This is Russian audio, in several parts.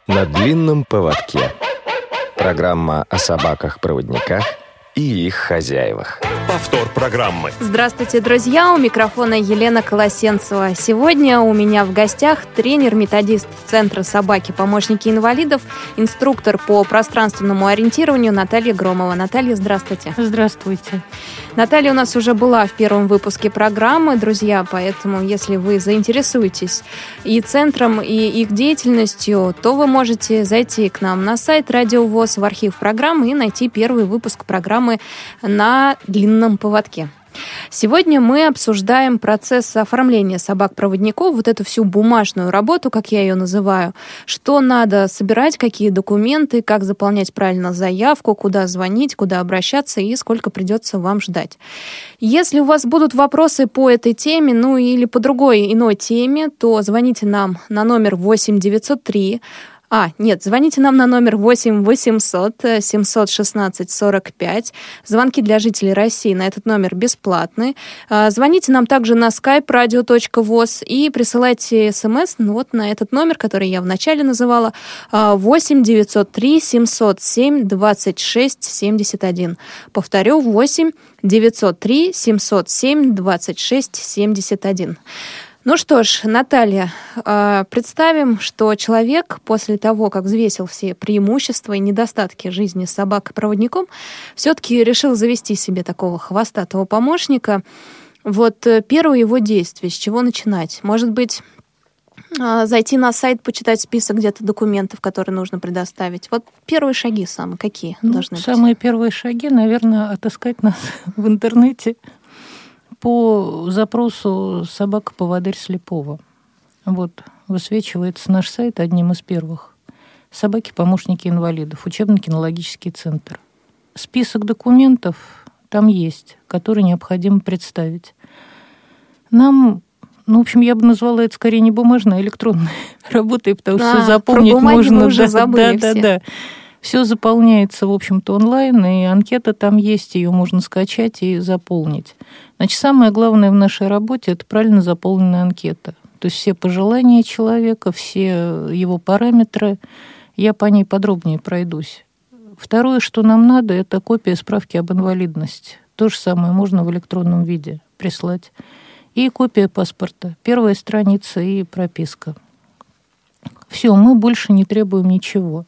На длинном поводке. Программа о собаках-проводниках и их хозяевах. Повтор программы. Здравствуйте, друзья! У микрофона Елена Колосенцева. Сегодня у меня в гостях тренер-методист Центра собаки-помощники инвалидов, инструктор по пространственному ориентированию Наталья Громова. Наталья, здравствуйте. Здравствуйте. Наталья у нас уже была в первом выпуске программы, друзья, поэтому если вы заинтересуетесь и центром, и их деятельностью, то вы можете зайти к нам на сайт Радио ВОС в архив программы и найти первый выпуск программы «На длинном поводке». Сегодня мы обсуждаем процесс оформления собак-проводников, вот эту всю бумажную работу, как я ее называю, что надо собирать, какие документы, как заполнять правильно заявку, куда звонить, куда обращаться и сколько придется вам ждать. Если у вас будут вопросы по этой теме, ну или по другой иной теме, то звоните нам на номер 8-903. Звоните нам на номер 8 800 716 45. Звонки для жителей России на этот номер бесплатны. Звоните нам также на skype radio.voz и присылайте смс на этот номер, который я вначале называла, 8 903 707 26 71. Повторю, 8 903 707 26 71. Ну что ж, Наталья, представим, что человек после того, как взвесил все преимущества и недостатки жизни с собакой-проводником, все-таки решил завести себе такого хвостатого помощника. Вот первое его действие, с чего начинать? Может быть, зайти на сайт, почитать список где-то документов, которые нужно предоставить. Вот первые шаги самые какие должны быть? Самые первые шаги, наверное, отыскать нас в интернете по запросу «Собака-поводырь слепого». Вот, высвечивается наш сайт одним из первых. «Собаки-помощники инвалидов», учебно-кинологический центр. Список документов там есть, которые необходимо представить. Нам, я бы назвала это скорее не бумажной, а электронной работой, потому что все запомнить можно. Мы уже забыли все. Да. Все заполняется, в общем-то, онлайн, и анкета там есть, ее можно скачать и заполнить. Значит, самое главное в нашей работе – это правильно заполненная анкета. То есть все пожелания человека, все его параметры, я по ней подробнее пройдусь. Второе, что нам надо, это копия справки об инвалидности. То же самое можно в электронном виде прислать. И копия паспорта, первая страница и прописка. Все, мы больше не требуем ничего.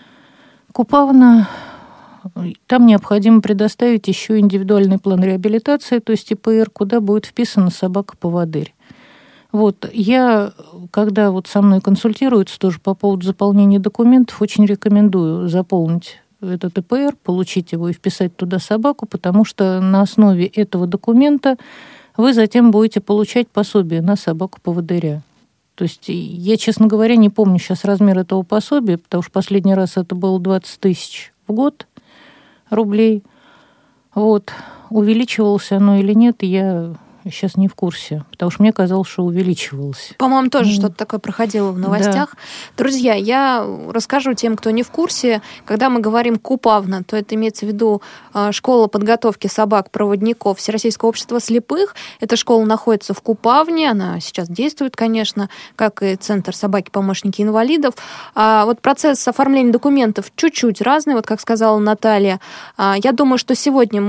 Купавна, там необходимо предоставить еще индивидуальный план реабилитации, то есть ИПР, куда будет вписана собака-поводырь. Вот, я, когда со мной консультируются тоже по поводу заполнения документов, очень рекомендую заполнить этот ИПР, получить его и вписать туда собаку, потому что на основе этого документа вы затем будете получать пособие на собаку-поводыря. То есть я, честно говоря, не помню сейчас размер этого пособия, потому что последний раз это было 20 тысяч в год рублей. Вот. Увеличивалось оно или нет, я сейчас не в курсе, потому что мне казалось, что увеличивалось. По-моему, тоже что-то такое проходило в новостях. Да. Друзья, я расскажу тем, кто не в курсе. Когда мы говорим «Купавна», то это имеется в виду школа подготовки собак-проводников Всероссийского общества слепых. Эта школа находится в Купавне, она сейчас действует, конечно, как и Центр собаки-помощники инвалидов. А вот процесс оформления документов чуть-чуть разный, вот как сказала Наталья. Я думаю, что сегодня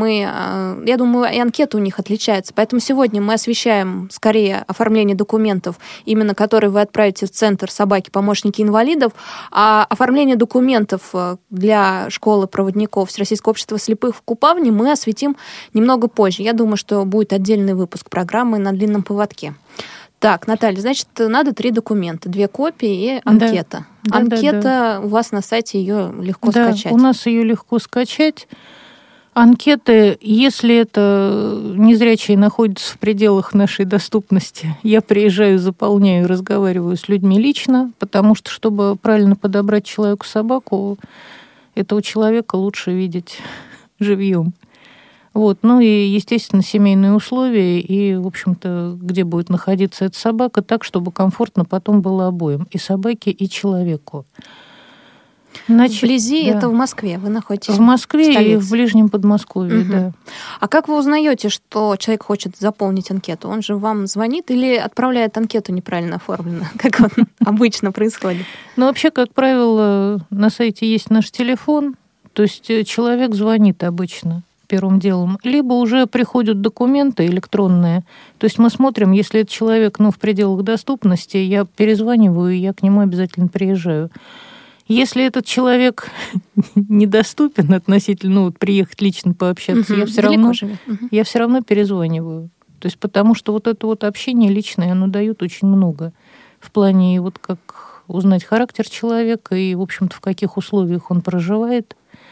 и анкета у них отличается, поэтому сегодня мы освещаем скорее оформление документов, именно которые вы отправите в Центр собаки-помощники инвалидов, а оформление документов для школы проводников Всероссийского общества слепых в Купавне мы осветим немного позже. Я думаю, что будет отдельный выпуск программы «На длинном поводке». Так, Наталья, значит, надо 3 документа, 2 копии и анкета. Да. Анкета у вас на сайте, ее легко скачать. У нас ее легко скачать. Анкеты, если это незрячие находятся в пределах нашей доступности, я приезжаю, заполняю, разговариваю с людьми лично, потому что, чтобы правильно подобрать человеку собаку, этого человека лучше видеть живьем. Вот. Ну и, естественно, семейные условия и, в общем-то, где будет находиться эта собака, так, чтобы комфортно потом было обоим, и собаке, и человеку. Значит, вблизи это в Москве, вы находитесь в Москве и в ближнем Подмосковье, да. А как вы узнаете, что человек хочет заполнить анкету? Он же вам звонит или отправляет анкету неправильно оформленную, как вот обычно происходит? Ну, вообще, как правило, на сайте есть наш телефон, то есть человек звонит обычно первым делом, либо уже приходят документы электронные. То есть мы смотрим, если этот человек, в пределах доступности, я перезваниваю, и я к нему обязательно приезжаю. Если этот человек недоступен относительно, приехать лично пообщаться, я все равно перезваниваю. То есть потому что вот это вот общение личное, оно дает очень много в плане вот как узнать характер человека и, в общем-то, в каких условиях он проживает.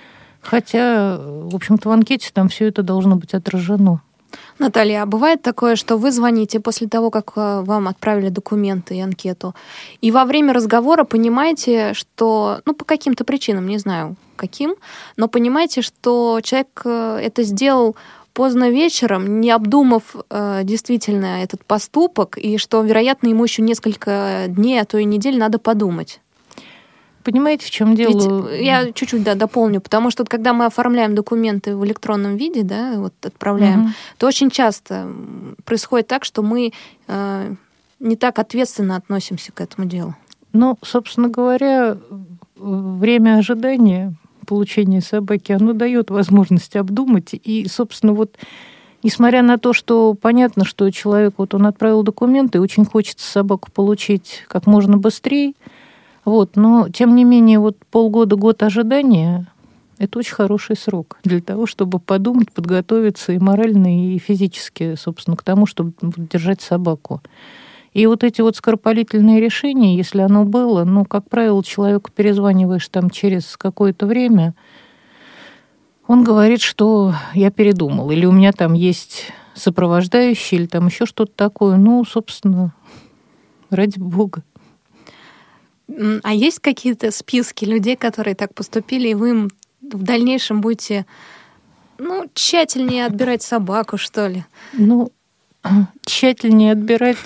Хотя, в общем-то, в анкете там все это должно быть отражено. Наталья, а бывает такое, что вы звоните после того, как вам отправили документы и анкету, и во время разговора понимаете, что, по каким-то причинам, не знаю каким, но понимаете, что человек это сделал поздно вечером, не обдумав действительно этот поступок, и что, вероятно, ему еще несколько дней, а то и недель надо подумать. Понимаете, в чем дело? Ведь я чуть-чуть дополню, потому что когда мы оформляем документы в электронном виде, отправляем, то очень часто происходит так, что мы не так ответственно относимся к этому делу. Собственно говоря, время ожидания получения собаки, оно дает возможность обдумать. И, собственно, несмотря на то, что понятно, что человек, он отправил документы, и очень хочется собаку получить как можно быстрее, но, тем не менее, полгода-год ожидания – это очень хороший срок для того, чтобы подумать, подготовиться и морально, и физически, собственно, к тому, чтобы держать собаку. И эти скоропалительные решения, если оно было, как правило, человеку перезваниваешь там через какое-то время, он говорит, что я передумал, или у меня там есть сопровождающий, или там еще что-то такое. Собственно, ради бога. А есть какие-то списки людей, которые так поступили, и вы им в дальнейшем будете, тщательнее отбирать собаку, что ли? Тщательнее отбирать...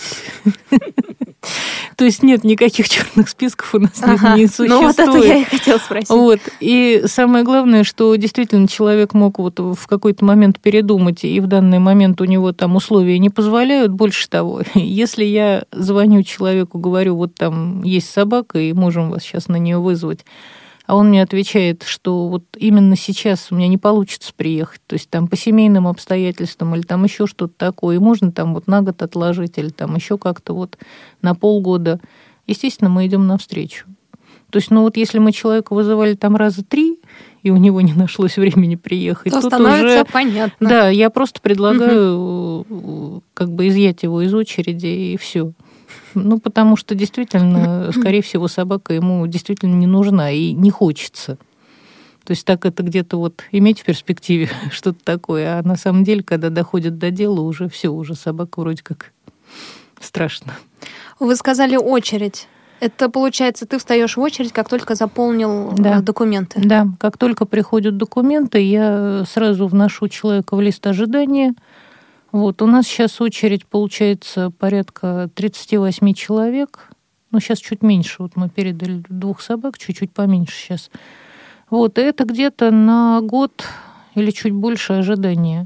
То есть нет никаких черных списков у нас не существует. Это я и хотела спросить. И самое главное, что действительно человек мог в какой-то момент передумать, и в данный момент у него там условия не позволяют. Больше того, если я звоню человеку, говорю, там есть собака, и можем вас сейчас на нее вызвать, а он мне отвечает, что именно сейчас у меня не получится приехать, то есть там по семейным обстоятельствам или там еще что-то такое, и можно там на год отложить или там еще как-то на полгода, естественно, мы идем навстречу. То есть, если мы человека вызывали там раза 3, и у него не нашлось времени приехать, то становится понятно. Да, я просто предлагаю изъять его из очереди, и все. Потому что действительно, скорее всего, собака ему действительно не нужна и не хочется. То есть так это где-то иметь в перспективе что-то такое, а на самом деле, когда доходит до дела, уже все, уже собака вроде как страшно. Вы сказали очередь. Это, получается, ты встаешь в очередь, как только заполнил документы? Да, как только приходят документы, я сразу вношу человека в лист ожидания. У нас сейчас очередь, получается, порядка 38 человек. Сейчас чуть меньше. Мы передали 2 собак, чуть-чуть поменьше сейчас. Это где-то на год или чуть больше ожидания.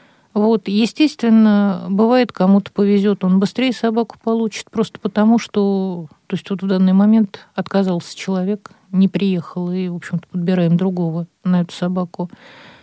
Естественно, бывает, кому-то повезет, он быстрее собаку получит, просто потому что, то есть в данный момент отказался человек, не приехал, и, в общем-то, подбираем другого на эту собаку.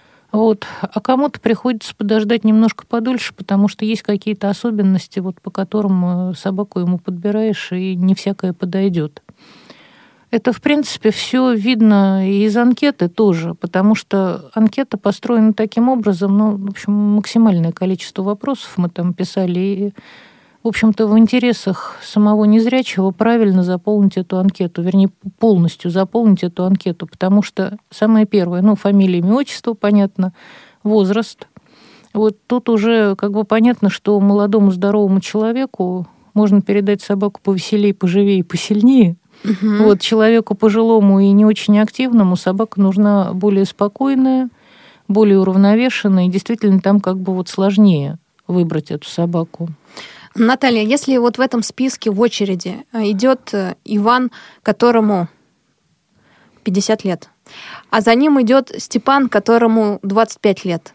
А кому-то приходится подождать немножко подольше, потому что есть какие-то особенности, по которым собаку ему подбираешь, и не всякое подойдет. Это, в принципе, все видно и из анкеты тоже, потому что анкета построена таким образом, в общем, максимальное количество вопросов мы там писали, и, в общем-то, в интересах самого незрячего правильно заполнить эту анкету, вернее, полностью заполнить эту анкету, потому что самое первое, фамилия, имя, отчество, понятно, возраст. Тут уже понятно, что молодому здоровому человеку можно передать собаку повеселее, поживее, посильнее. Угу. Человеку пожилому и не очень активному собака нужна более спокойная, более уравновешенная, и действительно там сложнее выбрать эту собаку. Наталья, если в этом списке в очереди идет Иван, которому 50 лет. А за ним идет Степан, которому 25 лет.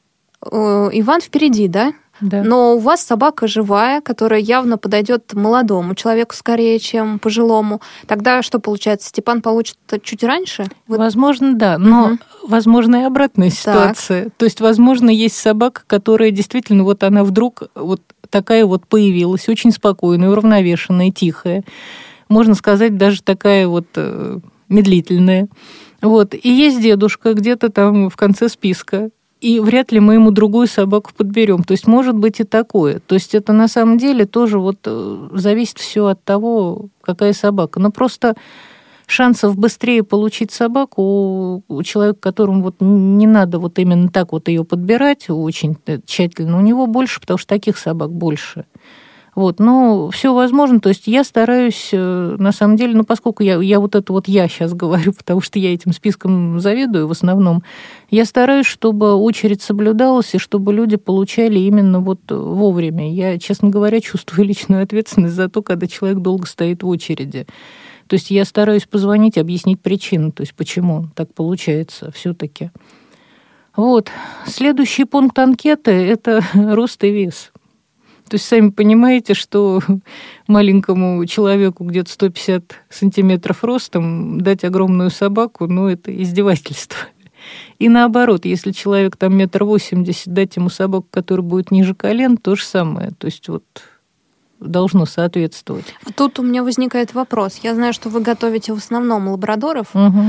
Иван впереди, да? Да. Но у вас собака живая, которая явно подойдет молодому человеку скорее, чем пожилому. Тогда что получается? Степан получит чуть раньше? Возможно, да. Но возможно и обратная ситуация. То есть, возможно, есть собака, которая действительно, вот она вдруг вот такая вот появилась, очень спокойная, уравновешенная, тихая. Можно сказать, даже такая вот медлительная. Вот. И есть дедушка где-то там в конце списка. И вряд ли мы ему другую собаку подберем. То есть может быть и такое. То есть это на самом деле тоже вот зависит все от того, какая собака. Но просто шансов быстрее получить собаку у человека, которому вот не надо вот именно так вот ее подбирать очень тщательно, у него больше, потому что таких собак больше. Вот, но все возможно, то есть я стараюсь, на самом деле, ну, поскольку я вот это вот я сейчас говорю, потому что я этим списком заведую в основном, я стараюсь, чтобы очередь соблюдалась, и чтобы люди получали именно вот вовремя. Я, честно говоря, чувствую личную ответственность за то, когда человек долго стоит в очереди. То есть я стараюсь позвонить, объяснить причину, то есть почему так получается все-таки. Вот. Следующий пункт анкеты – это рост и вес. То есть сами понимаете, что маленькому человеку где-то 150 сантиметров ростом дать огромную собаку, ну, это издевательство. И наоборот, если человек там 1,80 м, дать ему собаку, которая будет ниже колен, то же самое. То есть вот должно соответствовать. А тут у меня возникает вопрос. Я знаю, что вы готовите в основном лабрадоров,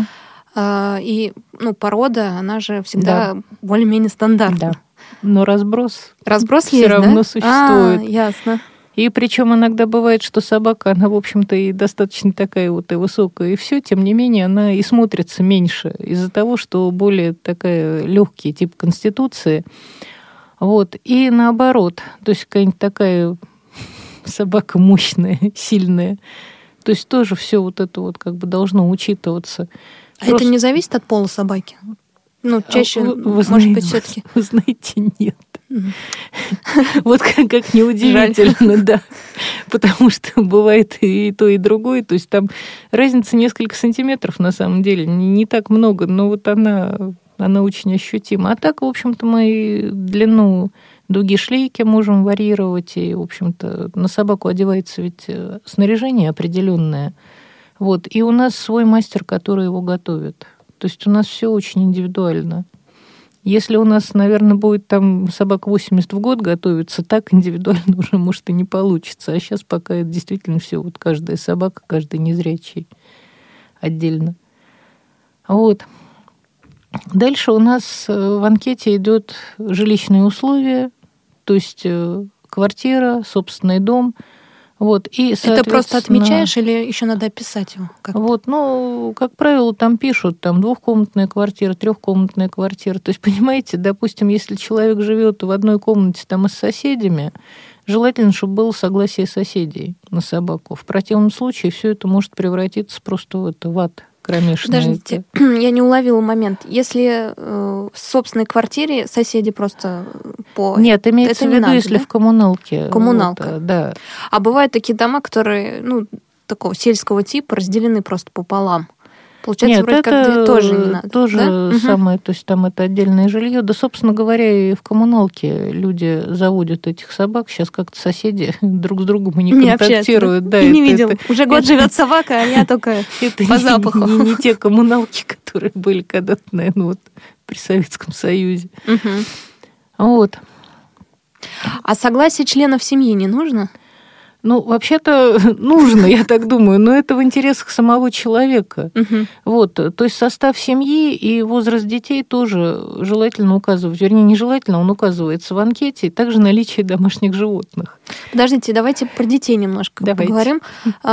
и порода, она же всегда более-менее стандартна. Да. Но разброс есть, все равно существует. Ясно. И причем иногда бывает, что собака, она, в общем-то, и достаточно такая вот и высокая, и все, тем не менее, она и смотрится меньше из-за того, что более такая легкий тип конституции. Вот. И наоборот, то есть какая-нибудь такая собака мощная, сильная. То есть тоже все вот это вот как бы должно учитываться. Это не зависит от пола собаки? Ну, чаще, может быть, все-таки. Вы знаете, нет. Вот как неудивительно, да. Потому что бывает и то, и другое. То есть там разница несколько сантиметров, на самом деле, не так много, но вот она очень ощутима. А так, в общем-то, мы длину дуги шлейки можем варьировать, и, в общем-то, на собаку одевается ведь снаряжение определенное. Вот. И у нас свой мастер, который его готовит. То есть у нас все очень индивидуально. Если у нас, наверное, будет там собака 80 в год готовиться, так индивидуально уже, может, и не получится. А сейчас пока это действительно все, вот каждая собака, каждый незрячий отдельно. Вот. Дальше у нас в анкете идет жилищные условия, то есть квартира, собственный дом. Вот, и, это просто отмечаешь или еще надо описать его? Вот, ну, как правило, там пишут, там 2-комнатная квартира, 3-комнатная квартира. То есть, понимаете, допустим, если человек живет в одной комнате там и с соседями, желательно, чтобы было согласие соседей на собаку. В противном случае все это может превратиться просто в ад кромешный. Подождите, я не уловила момент. Если в собственной квартире соседи просто по... Нет, имеется в виду, надо, если в коммуналке. Коммуналка. Вот, да. А бывают такие дома, которые, такого сельского типа, разделены просто пополам. Получается, нет, вроде как тоже не надо. Тоже да? самое, то есть там это отдельное жилье. Да, собственно говоря, и в коммуналке люди заводят этих собак. Сейчас как-то соседи друг с другом и не контактируют. Да, не видел. Уже год живет собака, а я только по запаху. Не те коммуналки, которые были когда-то, наверное, вот при Советском Союзе. Вот. А согласие членов семьи не нужно? Ну, вообще-то нужно, я так думаю, но это в интересах самого человека. Вот, то есть состав семьи и возраст детей тоже желательно указывать. Вернее, нежелательно, он указывается в анкете. И также наличие домашних животных. Подождите, давайте про детей немножко поговорим.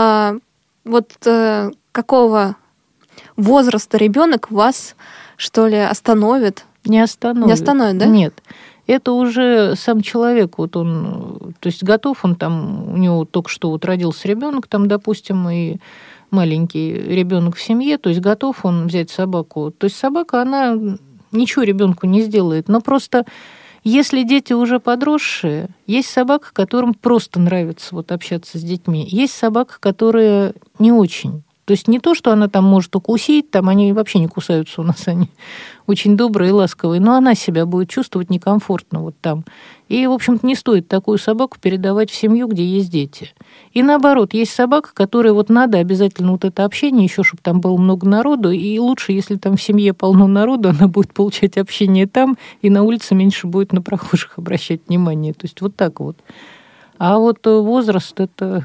Какого возраста ребенок вас, что ли, остановит? Не остановит. Не остановит, да? Нет. Это уже сам человек, вот он, то есть готов, он там, у него только что вот родился ребенок, там, допустим, и маленький ребенок в семье, то есть готов он взять собаку. То есть собака, она ничего ребенку не сделает, но просто если дети уже подросшие, есть собака, которым просто нравится вот общаться с детьми, есть собака, которая не очень. То есть не то, что она там может укусить, там они вообще не кусаются у нас, они очень добрые и ласковые, но она себя будет чувствовать некомфортно вот там. И, в общем-то, не стоит такую собаку передавать в семью, где есть дети. И наоборот, есть собака, которой вот надо обязательно вот это общение, еще чтобы там было много народу, и лучше, если там в семье полно народу, она будет получать общение там, и на улице меньше будет на прохожих обращать внимание. То есть вот так вот. А вот возраст – это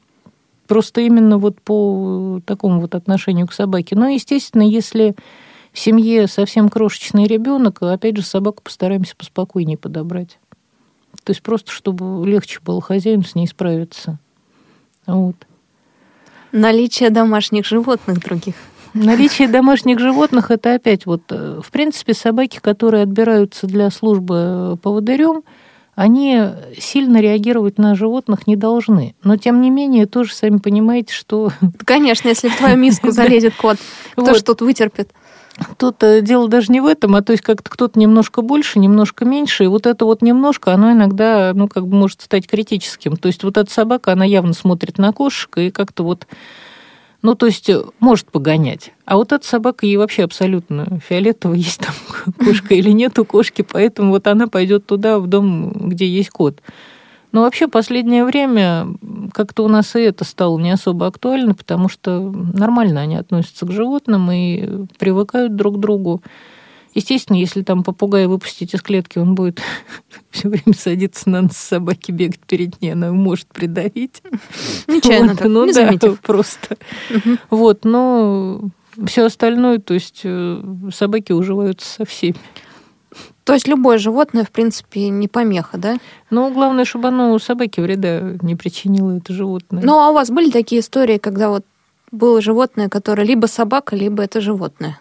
просто именно вот по такому вот отношению к собаке. Но, естественно, если в семье совсем крошечный ребенок, опять же, собаку постараемся поспокойнее подобрать. То есть просто, чтобы легче было хозяину с ней справиться. Вот. Наличие домашних животных других. Наличие домашних животных – это опять вот, в принципе, собаки, которые отбираются для службы поводырем, они сильно реагировать на животных не должны. Но, тем не менее, тоже сами понимаете, что... Конечно, если в твою миску залезет кот, кто ж тут вытерпит? Тут дело даже не в этом, а то есть как-то кто-то немножко больше, немножко меньше, и вот это вот немножко, оно иногда, ну, как бы может стать критическим. То есть вот эта собака, она явно смотрит на кошек и как-то вот, ну, то есть может погонять. А вот эта собака, ей вообще абсолютно фиолетово, есть там кошка или нету кошки, поэтому вот она пойдет туда, в дом, где есть кот. Но вообще последнее время как-то у нас и это стало не особо актуально, потому что нормально они относятся к животным и привыкают друг к другу. Естественно, если там попугая выпустить из клетки, он будет все время садиться на нос собаки, бегать перед ней, она его может придавить. Нечаянно вот, так, ну, не да, заметив. Просто. Вот, но все остальное, то есть собаки уживаются со всеми. То есть любое животное, в принципе, не помеха, да? Ну, главное, чтобы оно собаке вреда не причинило, это животное. Ну, а у вас были такие истории, когда вот было животное, которое либо собака, либо это животное?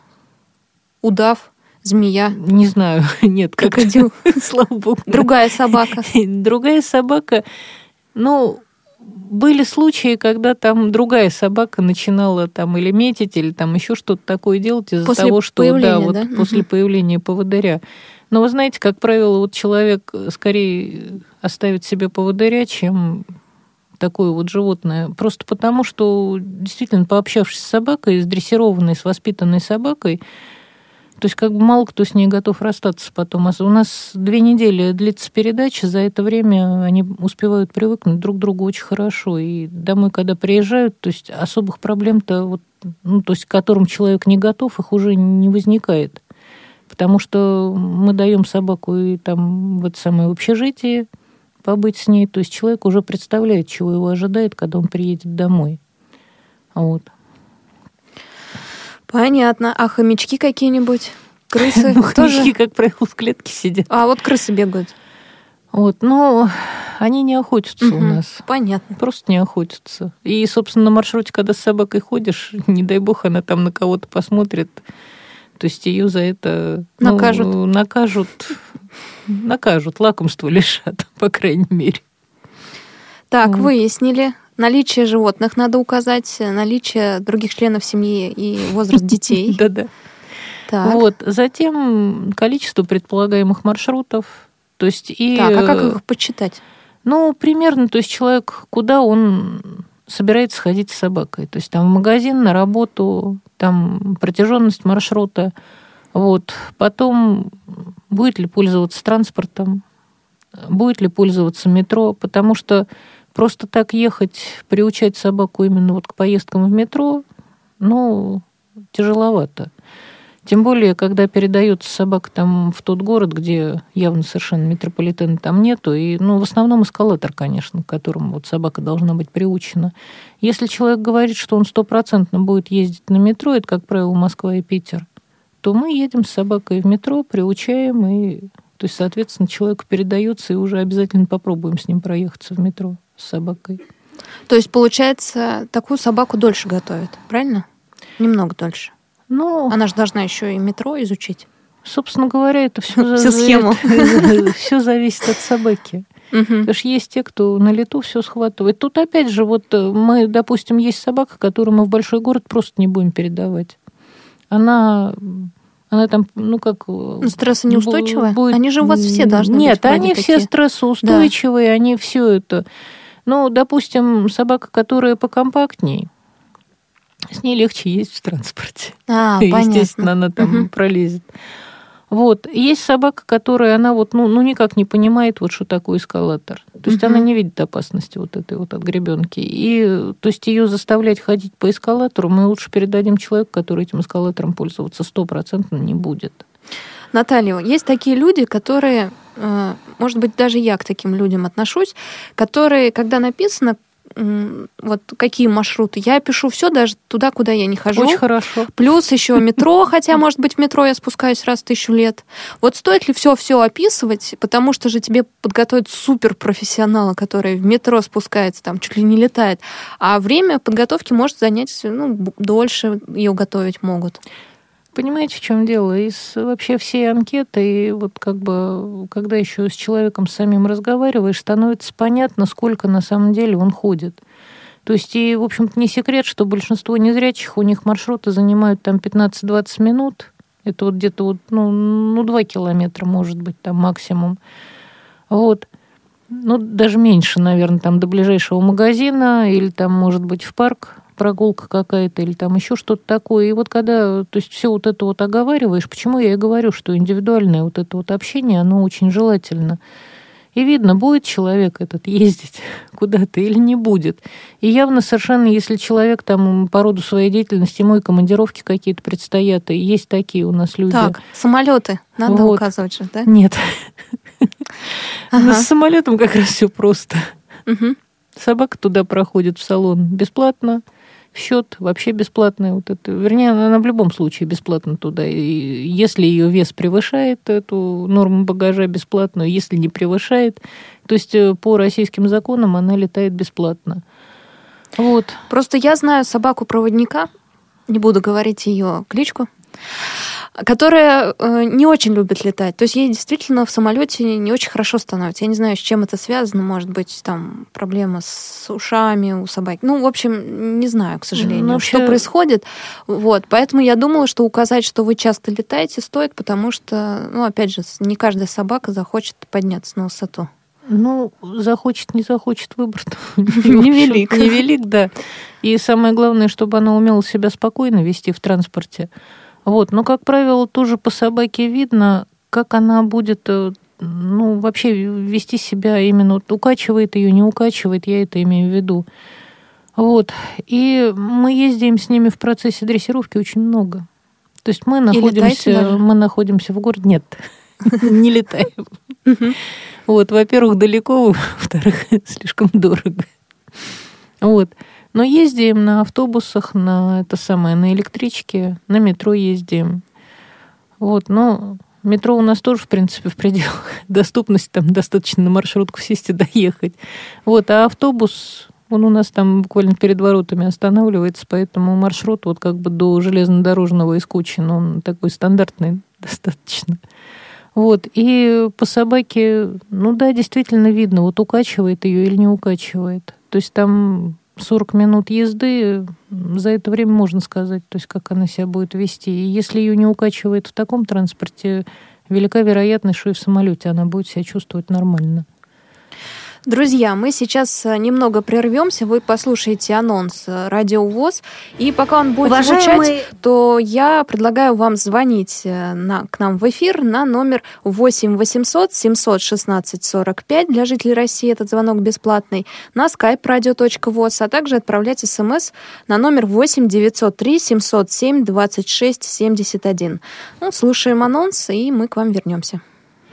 Удав, змея, Не знаю, нет. крокодил, Слава богу. другая собака. Другая собака, ну, были случаи, когда там другая собака начинала там или метить, или там еще что-то такое делать из-за После того, что появления, вот да? после появления поводыря. Но вы знаете, как правило, вот человек скорее оставит себе поводыря, чем такое вот животное. Просто потому, что действительно, пообщавшись с собакой, с дрессированной, с воспитанной собакой, то есть как бы мало кто с ней готов расстаться потом. У нас 2 недели длится передача, за это время они успевают привыкнуть друг к другу очень хорошо. И домой, когда приезжают, то есть особых проблем-то, вот, ну, то есть к которым человек не готов, их уже не возникает. Потому что мы даем собаку и там в это самое общежитие побыть с ней. То есть человек уже представляет, чего его ожидает, когда он приедет домой. Вот. Понятно. А хомячки какие-нибудь? Крысы? Ну, Тоже? хомячки, как правило, в клетке сидят. А вот крысы бегают. Вот, но они не охотятся у нас. Понятно. Просто не охотятся. И, собственно, на маршруте, когда с собакой ходишь, не дай бог, она там на кого-то посмотрит. То есть ее за это Накажут. Накажут, лакомство лишат, по крайней мере. Так, выяснили. Наличие животных надо указать, наличие других членов семьи и возраст детей. Да-да. Так. Вот. Затем количество предполагаемых маршрутов. То есть и... Так, а как их подсчитать? Ну, примерно, то есть человек, куда он собирается ходить с собакой. То есть там в магазин, на работу, там протяженность маршрута. Вот. Потом будет ли пользоваться транспортом, будет ли пользоваться метро, потому что просто так ехать, приучать собаку именно вот к поездкам в метро, ну, тяжеловато. Тем более, когда передается собака там в тот город, где явно совершенно метрополитена там нету, и, ну, в основном эскалатор, конечно, к которому вот собака должна быть приучена. Если человек говорит, что он 100% будет ездить на метро, это, как правило, Москва и Питер, то мы едем с собакой в метро, приучаем, и, то есть, соответственно, человеку передается, и уже обязательно попробуем с ним проехаться в метро с собакой. То есть, получается, такую собаку дольше готовят, правильно? Немного дольше. Ну, Она же должна еще и метро изучить. собственно говоря, это все Всю схему. Все зависит от собаки. Потому что есть те, кто на лету все схватывает. Тут опять же, вот мы, допустим, есть собака, которую мы в большой город просто не будем передавать. Она там, ну как... Стрессонеустойчивая? Будет... Они же у вас все должны быть. Нет, вроде они такие. все стрессоустойчивые, они все это... Ну, допустим, собака, которая покомпактней, с ней легче ездить в транспорте. Понятно. Естественно, она там пролезет. Вот. Есть собака, которая, она вот, никак не понимает, вот что такое эскалатор. То есть она не видит опасности вот этой вот от гребенки. И, то есть ее заставлять ходить по эскалатору мы лучше передадим человеку, который этим эскалатором пользоваться 100% не будет. Наталья, есть такие люди, которые, может быть, даже я к таким людям отношусь, которые, когда написано, вот какие маршруты, я пишу все даже туда, куда я не хожу. Очень хорошо. Плюс еще метро, хотя, может быть, в метро я спускаюсь раз в 1000 лет. Вот стоит ли все описывать, потому что же тебе подготовят суперпрофессионала, который в метро спускается, там чуть ли не летает, а время подготовки может занять, дольше ее готовить могут. Понимаете, в чем дело? Из вообще всей анкеты, и вот как бы, когда еще с человеком самим разговариваешь, становится понятно, сколько на самом деле он ходит. То есть, и, в общем-то, не секрет, что большинство незрячих, у них маршруты занимают там 15-20 минут. Это вот где-то 2 километра, может быть, там максимум. Вот. Даже меньше, наверное, там до ближайшего магазина или там, может быть, в парк прогулка какая-то или там еще что-то такое. И вот когда, то есть все вот это вот оговариваешь, почему я и говорю, что индивидуальное вот это вот общение, оно очень желательно. И видно, будет человек этот ездить куда-то или не будет. И явно совершенно, если человек там по роду своей деятельности, ему и командировки какие-то предстоят, и есть такие у нас люди. Так, самолеты надо указывать же, да? Нет. С самолетом как раз все просто. Собака туда проходит в салон бесплатно, в счет вообще бесплатный. Вот это, вернее, она в любом случае бесплатно туда. И если ее вес превышает эту норму багажа бесплатную, если не превышает, то есть по российским законам она летает бесплатно. Вот. Просто я знаю собаку-проводника, не буду говорить ее кличку, которая не очень любит летать. То есть ей действительно в самолете не очень хорошо становится. Я не знаю, с чем это связано. Может быть, там проблема с ушами у собаки. В общем, не знаю, к сожалению, что происходит. Вот. Поэтому я думала, что указать, что вы часто летаете, стоит, потому что, опять же, не каждая собака захочет подняться на высоту. Захочет, не захочет, выбор невелик. Невелик, да. И самое главное, чтобы она умела себя спокойно вести в транспорте. Вот. Но, как правило, тоже по собаке видно, как она будет, вообще вести себя именно, укачивает ее, не укачивает, я это имею в виду. Вот. И мы ездим с ними в процессе дрессировки очень много. То есть мы находимся в городе. Нет, не летаем. Вот, во-первых, далеко, во-вторых, слишком дорого. Вот. Но ездим на автобусах, на электричке, на метро ездим. Вот, метро у нас тоже, в принципе, в пределах доступности, там достаточно на маршрутку сесть и доехать. Вот, а автобус, он у нас там буквально перед воротами останавливается, поэтому маршрут вот как бы до железнодорожного из Кучин, он такой стандартный достаточно. Вот, и по собаке, да, действительно видно, вот укачивает ее или не укачивает. То есть там 40 минут езды, за это время можно сказать, то есть как она себя будет вести. И если ее не укачивает в таком транспорте, велика вероятность, что и в самолете она будет себя чувствовать нормально. Друзья, мы сейчас немного прервемся, вы послушаете анонс Радио ВОС, и пока он будет звучать, то я предлагаю вам звонить к нам в эфир на номер 8 800 716 45 для жителей России, этот звонок бесплатный, на skype radio.voz, а также отправлять смс на номер 8 903 707 26 71. Слушаем анонс, и мы к вам вернемся.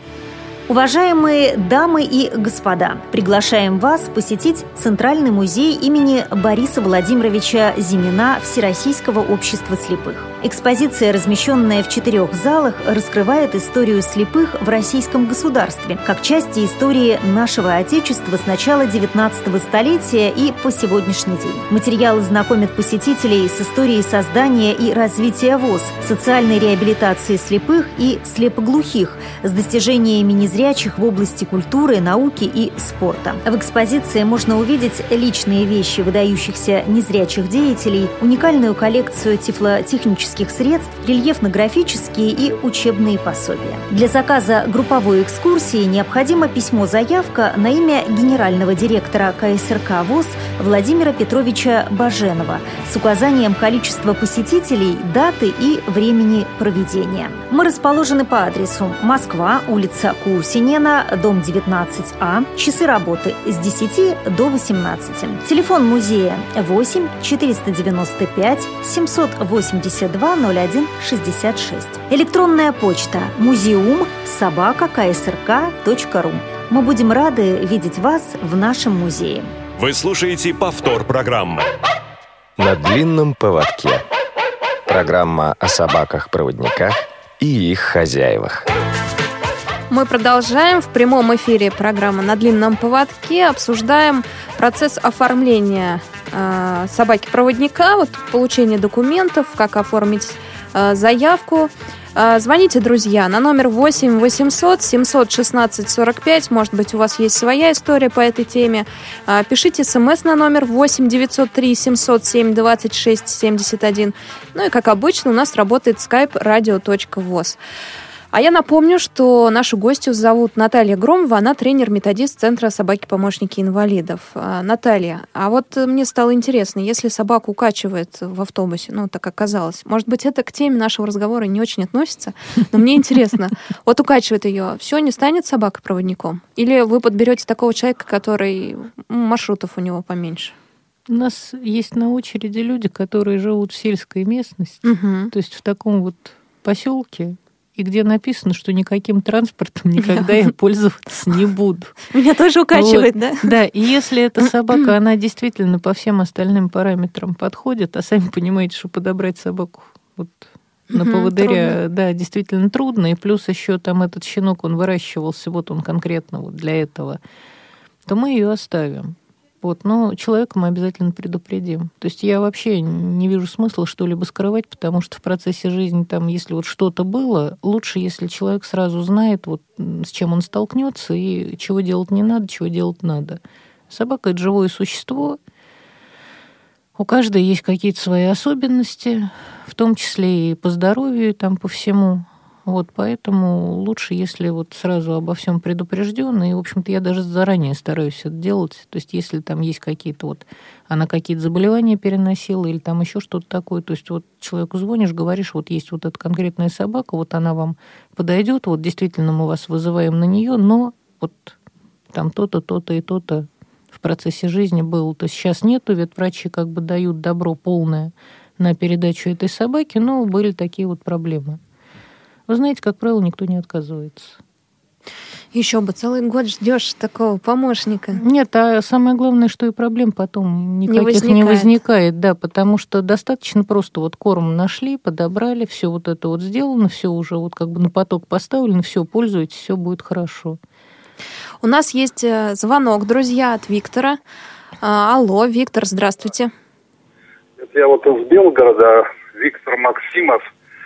Уважаемые дамы и господа, приглашаем вас посетить Центральный музей имени Бориса Владимировича Зимина Всероссийского общества слепых. Экспозиция, размещенная в 4 залах, раскрывает историю слепых в российском государстве, как части истории нашего Отечества с начала 19 столетия и по сегодняшний день. Материалы знакомят посетителей с историей создания и развития ВОС, социальной реабилитации слепых и слепоглухих, с достижениями незрячих в области культуры, науки и спорта. В экспозиции можно увидеть личные вещи выдающихся незрячих деятелей, уникальную коллекцию тифлотехнических средств, рельефно-графические и учебные пособия. Для заказа групповой экскурсии необходимо письмо-заявка на имя генерального директора КСРК ВОС Владимира Петровича Баженова с указанием количества посетителей, даты и времени проведения. Мы расположены по адресу: Москва, улица Кусинена, дом 19А, часы работы с 10 до 18. Телефон музея 8 495 782 01 66. Электронная почта museum@ksrk.ru. Мы будем рады видеть вас в нашем музее. Вы слушаете повтор программы «На длинном поводке». Программа о собаках-проводниках и их хозяевах. Мы продолжаем в прямом эфире программы «На длинном поводке». Обсуждаем процесс оформления собаки-проводника, вот получение документов, как оформить заявку. Звоните, друзья, на номер 8 800 716 45. Может быть, у вас есть своя история по этой теме. Пишите смс на номер 8 903 707 26 71. Ну и, как обычно, у нас работает skype radio.voz. А я напомню, что нашу гостью зовут Наталья Громова, она тренер-методист Центра собаки-помощники инвалидов. Наталья, а вот мне стало интересно, если собаку укачивает в автобусе, ну, так оказалось, может быть, это к теме нашего разговора не очень относится, но мне интересно, вот укачивает ее, все, не станет собакой-проводником? Или вы подберете такого человека, который маршрутов у него поменьше? У нас есть на очереди люди, которые живут в сельской местности, то есть в таком вот поселке, и где написано, что никаким транспортом никогда я пользоваться не буду. Меня тоже укачивает, вот. Да? Да, и если эта собака, она действительно по всем остальным параметрам подходит, а сами понимаете, что подобрать собаку вот на поводыря, трудно. Да, действительно трудно, и плюс еще там этот щенок, он выращивался, вот он конкретно вот для этого, то мы ее оставим. Вот, но человека мы обязательно предупредим. То есть я вообще не вижу смысла что-либо скрывать, потому что в процессе жизни, там, если вот что-то было, лучше, если человек сразу знает, вот, с чем он столкнется и чего делать не надо, чего делать надо. Собака — это живое существо. У каждой есть какие-то свои особенности, в том числе и по здоровью, и там по всему. Вот, поэтому лучше, если вот сразу обо всем предупрежден, и, в общем-то, я даже заранее стараюсь это делать. То есть, если там есть какие-то вот, она какие-то заболевания переносила или там еще что-то такое, то есть, вот человеку звонишь, говоришь, вот есть вот эта конкретная собака, вот она вам подойдет, вот действительно мы вас вызываем на нее, но вот там то-то, то-то и то-то в процессе жизни было. То есть, сейчас нету, ветврачи как бы дают добро полное на передачу этой собаки, но были такие вот проблемы. Вы знаете, как правило, никто не отказывается. Еще бы целый год ждешь такого помощника. Нет, а самое главное, что и проблем потом никаких не возникает, да, потому что достаточно просто вот корм нашли, подобрали, все вот это вот сделано, все уже вот как бы на поток поставлено, все, пользуйтесь, все будет хорошо. У нас есть звонок, друзья, от Виктора. Алло, Виктор, здравствуйте. Это я вот из Белгорода, Виктор Максимов.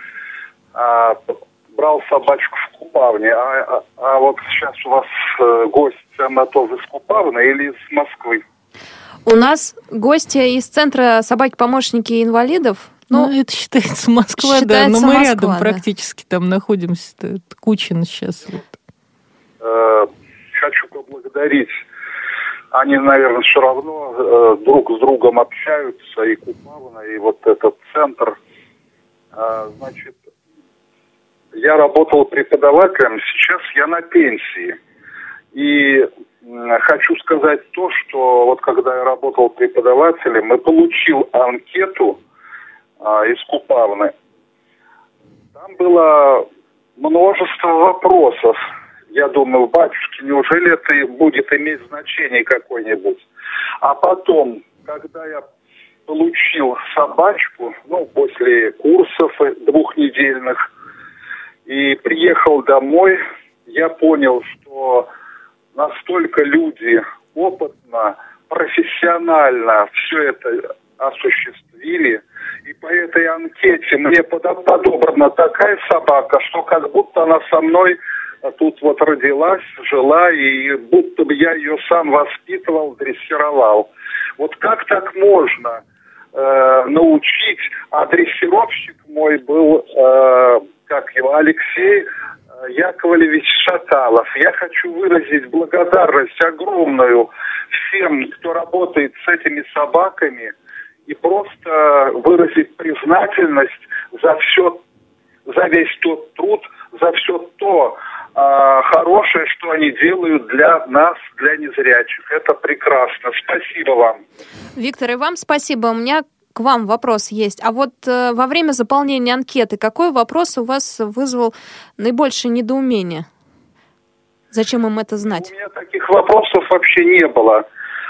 Брал собачку в Купавне, а вот сейчас у вас гость, она тоже из Купавны или из Москвы? У нас гости из Центра собаки-помощники инвалидов. Ну, это считается Москва, да, но мы рядом да. Практически там находимся, Кучин сейчас. Вот. Хочу поблагодарить. Они, наверное, все равно друг с другом общаются, и Купавна, и вот этот центр. Значит, я работал преподавателем, сейчас я на пенсии. И хочу сказать то, что вот когда я работал преподавателем, и получил анкету из Купавны, там было множество вопросов. Я думаю, батюшки, неужели это будет иметь значение какое-нибудь? А потом, когда я получил собачку, после курсов 2-недельных, и приехал домой, я понял, что настолько люди опытно, профессионально все это осуществили, и по этой анкете мне подобрана такая собака, что как будто она со мной тут вот родилась, жила, и будто бы я ее сам воспитывал, дрессировал. Вот как так можно научить? А дрессировщик мой был, Алексей Яковлевич Шаталов. Я хочу выразить благодарность огромную всем, кто работает с этими собаками, и просто выразить признательность за весь тот труд, за все то хорошее, что они делают для нас, для незрячих. Это прекрасно. Спасибо вам. Виктор, и вам спасибо. У меня к вам вопрос есть. А вот во время заполнения анкеты какой вопрос у вас вызвал наибольшее недоумение? Зачем им это знать? У меня таких вопросов вообще не было.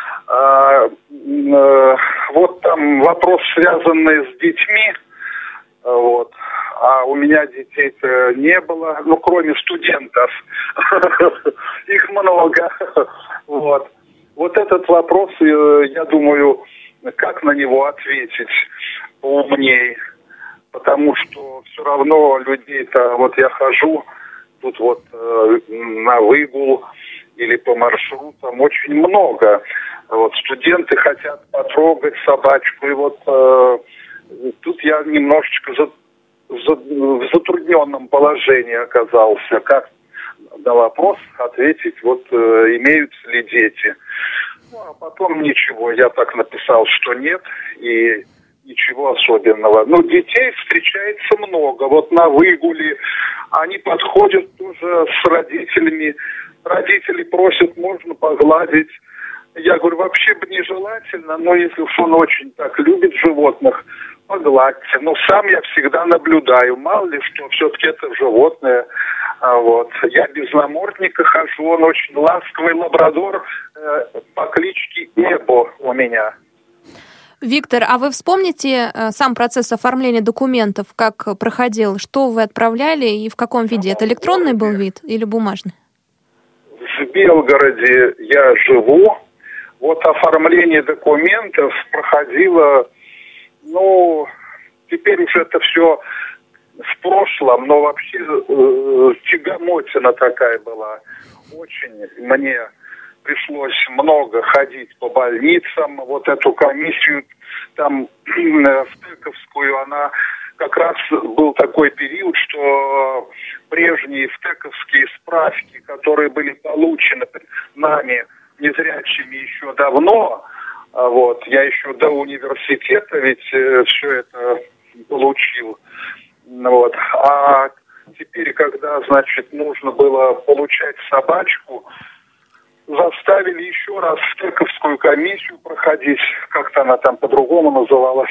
Вот там вопрос, связанный с детьми. Вот. А у меня детей-то не было, ну, кроме студентов. Их много. Вот этот вопрос, я думаю, как на него ответить поумней. Потому что все равно людей-то, вот я хожу тут вот на выгул или по маршрутам очень много. Вот студенты хотят потрогать собачку, и вот тут я немножечко в затрудненном положении оказался. Как на вопрос ответить, вот имеются ли дети. Ну, а потом ничего, я так написал, что нет, и ничего особенного. Но детей встречается много. Вот на выгуле они подходят тоже с родителями. Родители просят, можно погладить. Я говорю, вообще бы нежелательно, но если уж он очень так любит животных, погладьте. Но сам я всегда наблюдаю, мало ли что, все-таки это животное. Вот. Я без намордника хожу, он очень ласковый лабрадор по кличке Эбо у меня. Виктор, а вы вспомните сам процесс оформления документов, как проходил? Что вы отправляли и в каком виде? Это электронный был вид или бумажный? В Белгороде я живу. Вот оформление документов проходило, ну, теперь уже это все в прошлом, но вообще тягомотина такая была. Очень мне пришлось много ходить по больницам. Вот эту комиссию там в Втековскую, она как раз был такой период, что прежние втековские справки, которые были получены нами, незрячими, еще давно, вот, я еще до университета ведь все это получил, вот, а теперь, когда, значит, нужно было получать собачку, заставили еще раз втековскую комиссию проходить, как-то она там по-другому называлась.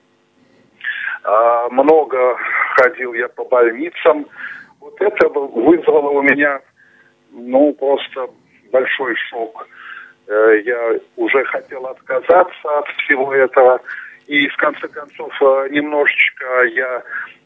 Много ходил я по больницам. Вот это вызвало у меня, ну, просто большой шок. Я уже хотел отказаться от всего этого. И, в конце концов, немножечко я,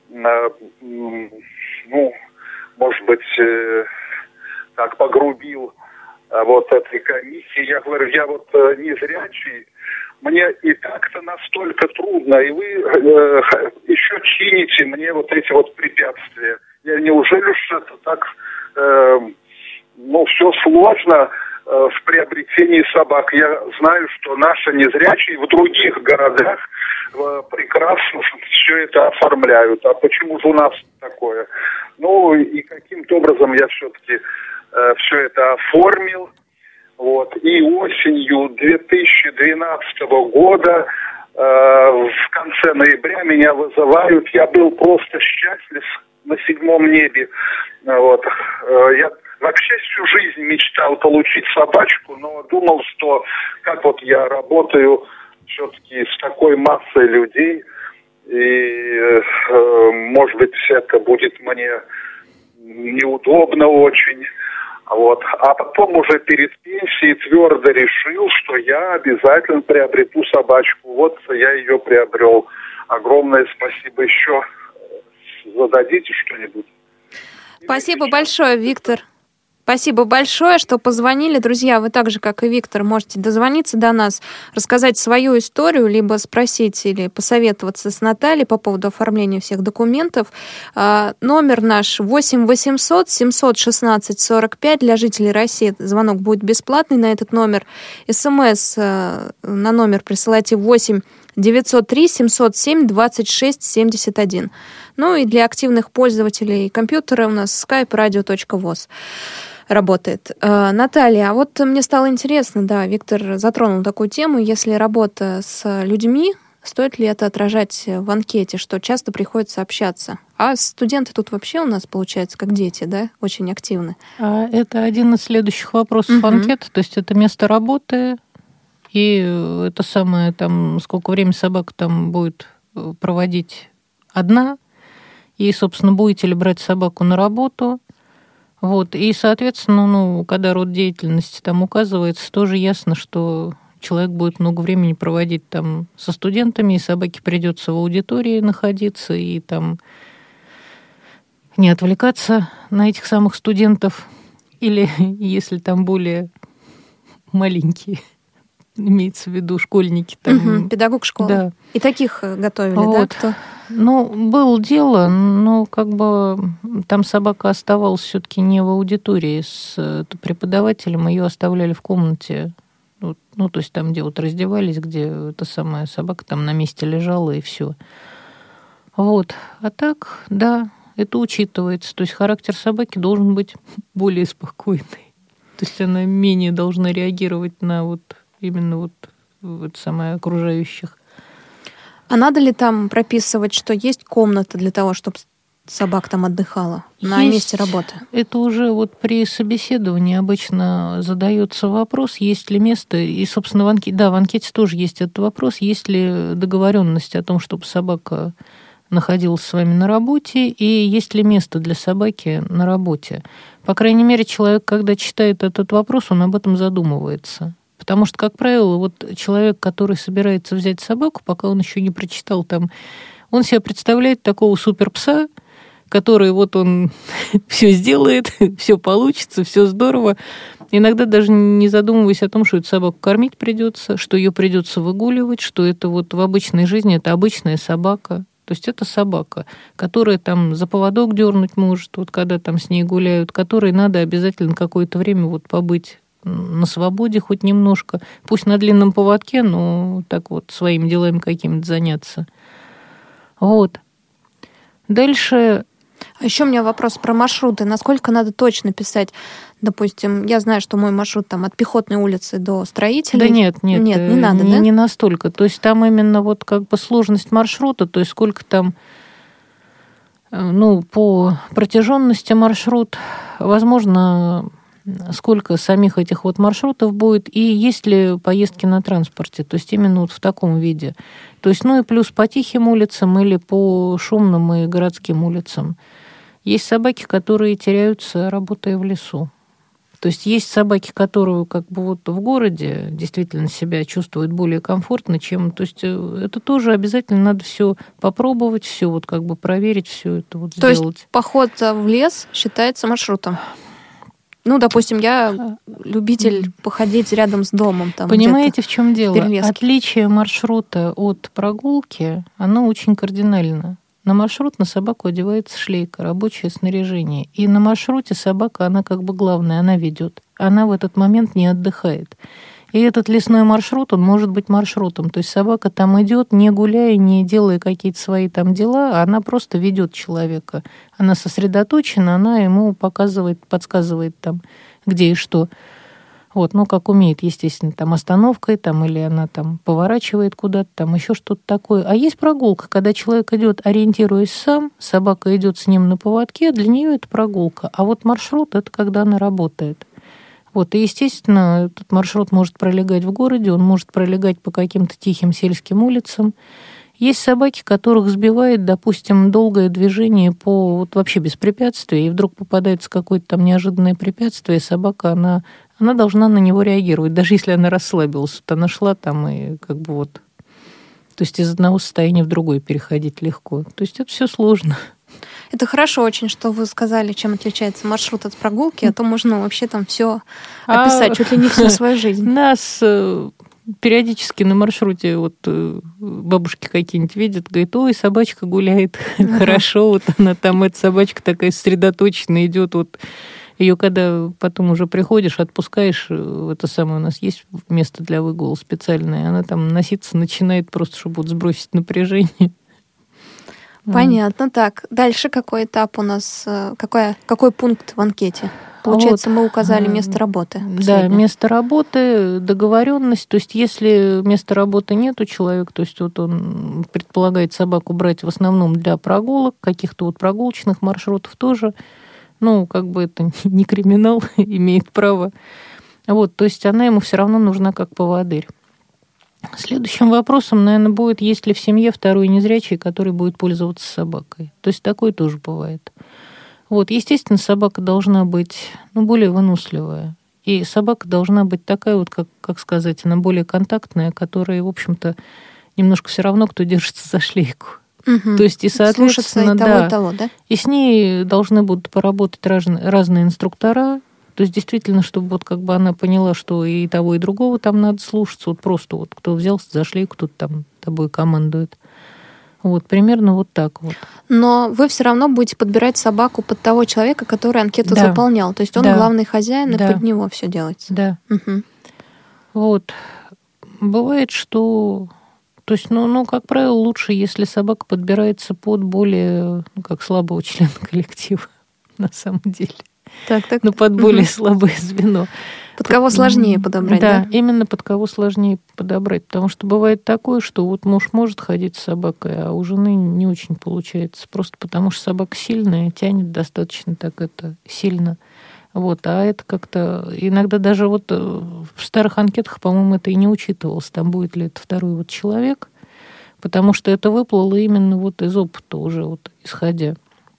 ну, может быть, так погрубил вот этой комиссии. Я говорю, я вот незрячий, мне и так-то настолько трудно, и вы еще чините мне вот эти вот препятствия. Неужели же это так, ну, все сложно в приобретении собак? Я знаю, что наши незрячие в других городах прекрасно все это оформляют. А почему же у нас такое? Ну, и каким-то образом я все-таки все это оформил. Вот. И осенью 2012 года, в конце ноября, меня вызывают. Я был просто счастлив на седьмом небе. Вот. Я вообще всю жизнь мечтал получить собачку, но думал, что как вот я работаю все-таки с такой массой людей, и, может быть, это будет мне неудобно очень. Вот. А потом уже перед пенсией твердо решил, что я обязательно приобрету собачку. Вот я ее приобрел. Огромное спасибо. Еще зададите что-нибудь? Спасибо большое, Виктор. Спасибо большое, что позвонили. Друзья, вы так же, как и Виктор, можете дозвониться до нас, рассказать свою историю, либо спросить или посоветоваться с Натальей по поводу оформления всех документов. Номер наш 8 800 716 45. Для жителей России звонок будет бесплатный на этот номер. СМС на номер присылайте 8 903 707 26 71. Ну и для активных пользователей компьютера у нас skype radio.voz. работает. Наталья, а вот мне стало интересно, да, Виктор затронул такую тему, если работа с людьми, стоит ли это отражать в анкете, что часто приходится общаться? А студенты тут вообще у нас, получается, как дети, да, очень активны. Это один из следующих вопросов анкеты, то есть это место работы, и это самое, там, сколько времени собака там будет проводить одна, и, собственно, будете ли брать собаку на работу. Вот. И, соответственно, когда род деятельности там указывается, тоже ясно, что человек будет много времени проводить там со студентами, и собаке придется в аудитории находиться, и там не отвлекаться на этих самых студентов, или если там более маленькие, имеется в виду школьники. Там, педагог школы. Да. И таких готовили, вот. да? Кто? Было дело, но там собака оставалась все-таки не в аудитории с преподавателем, ее оставляли в комнате, то есть там, где вот раздевались, где эта самая собака там на месте лежала, и все. Вот. А так, да, это учитывается. То есть характер собаки должен быть более спокойный. То есть она менее должна реагировать на именно это самое окружающих. А надо ли там прописывать, что есть комната для того, чтобы собака там отдыхала на месте работы? Это уже при собеседовании обычно задается вопрос, есть ли место, и, собственно, в анкете тоже есть этот вопрос, есть ли договоренность о том, чтобы собака находилась с вами на работе, и есть ли место для собаки на работе. По крайней мере, человек, когда читает этот вопрос, он об этом задумывается. Потому что, как правило, человек, который собирается взять собаку, пока он еще не прочитал там, он себе представляет такого суперпса, который он все сделает, все получится, все здорово. Иногда даже не задумываясь о том, что эту собаку кормить придется, что ее придется выгуливать, что это в обычной жизни это обычная собака. То есть это собака, которая там за поводок дернуть может, когда там с ней гуляют, которой надо обязательно какое-то время побыть на свободе хоть немножко, пусть на длинном поводке, но так своими делами какими-то заняться. Вот. Дальше... А еще у меня вопрос про маршруты. Насколько надо точно писать? Допустим, я знаю, что мой маршрут там от Пехотной улицы до Строителей. Да нет, не надо, да? Не настолько. То есть там именно сложность маршрута, то есть сколько там, по протяженности маршрут, возможно, сколько самих этих маршрутов будет, и есть ли поездки на транспорте, то есть именно в таком виде. То есть, и плюс по тихим улицам или по шумным и городским улицам. Есть собаки, которые теряются, работая в лесу. То есть есть собаки, которые в городе действительно себя чувствуют более комфортно, чем... То есть это тоже обязательно надо все попробовать, все проверить, все это сделать. То есть поход в лес считается маршрутом? Допустим, я любитель походить рядом с домом. Там, понимаете, в чем дело? Отличие маршрута от прогулки, оно очень кардинально. На маршрут на собаку одевается шлейка, рабочее снаряжение. И на маршруте собака, она главная, она ведет. Она в этот момент не отдыхает. И этот лесной маршрут, он может быть маршрутом. То есть собака там идет, не гуляя, не делая какие-то свои там дела, она просто ведет человека. Она сосредоточена, она ему показывает, подсказывает там, где и что. Как умеет, естественно, там остановкой, там, или она там поворачивает куда-то, там еще что-то такое. А есть прогулка, когда человек идет, ориентируясь сам, собака идет с ним на поводке, для нее это прогулка. А маршрут — это когда она работает. И, естественно, этот маршрут может пролегать в городе, он может пролегать по каким-то тихим сельским улицам. Есть собаки, которых сбивает, допустим, долгое движение по вообще без препятствий, и вдруг попадается какое-то там неожиданное препятствие, и собака, она должна на него реагировать, даже если она расслабилась. Она шла там и То есть из одного состояния в другое переходить легко. То есть это все сложно. Это хорошо очень, что вы сказали, чем отличается маршрут от прогулки, а то можно вообще там все описать, чуть ли не всю свою жизнь. Нас периодически на маршруте бабушки какие-нибудь видят, говорят: ой, собачка гуляет, хорошо, она там, эта собачка такая сосредоточенная идет, ее когда потом уже приходишь, отпускаешь, это самое, у нас есть место для выгула специальное, она там носиться начинает просто, чтобы сбросить напряжение. Понятно. Так, дальше какой этап у нас, какой пункт в анкете? Получается, мы указали место работы. Да, место работы, договоренность. То есть, если места работы нет у человека, то есть вот он предполагает собаку брать в основном для прогулок, каких-то вот прогулочных маршрутов тоже, как бы это не криминал, имеет право. Вот, то есть она ему все равно нужна как поводырь. Следующим вопросом, наверное, будет, есть ли в семье второй незрячий, который будет пользоваться собакой. То есть такое тоже бывает. Вот, естественно, собака должна быть, более выносливая. И собака должна быть такая вот, как сказать, она более контактная, которая, в общем-то, немножко все равно, кто держится за шлейку. Угу. То есть, и, соответственно, и того, да? И с ней должны будут поработать разные инструктора. То есть, действительно, чтобы вот как бы она поняла, что и того, и другого там надо слушаться. Вот просто вот кто взялся за шлейку, кто-то там тобой командует. Вот, примерно вот так вот. Но вы все равно будете подбирать собаку под того человека, который анкету заполнял. То есть он главный хозяин, и под него все делается. Да. Угу. Вот. Бывает, что... То есть, как правило, лучше, если собака подбирается под более, слабого члена коллектива, на самом деле. Так. Под более слабое звено. Под кого сложнее подобрать, да? Да, именно под кого сложнее подобрать. Потому что бывает такое, что вот муж может ходить с собакой, а у жены не очень получается. Просто потому что собака сильная, тянет достаточно так это сильно. Вот, а это как-то... Иногда даже вот в старых анкетах, по-моему, это и не учитывалось. Там будет ли это второй вот человек. Потому что это выплыло именно вот из опыта уже вот исходя.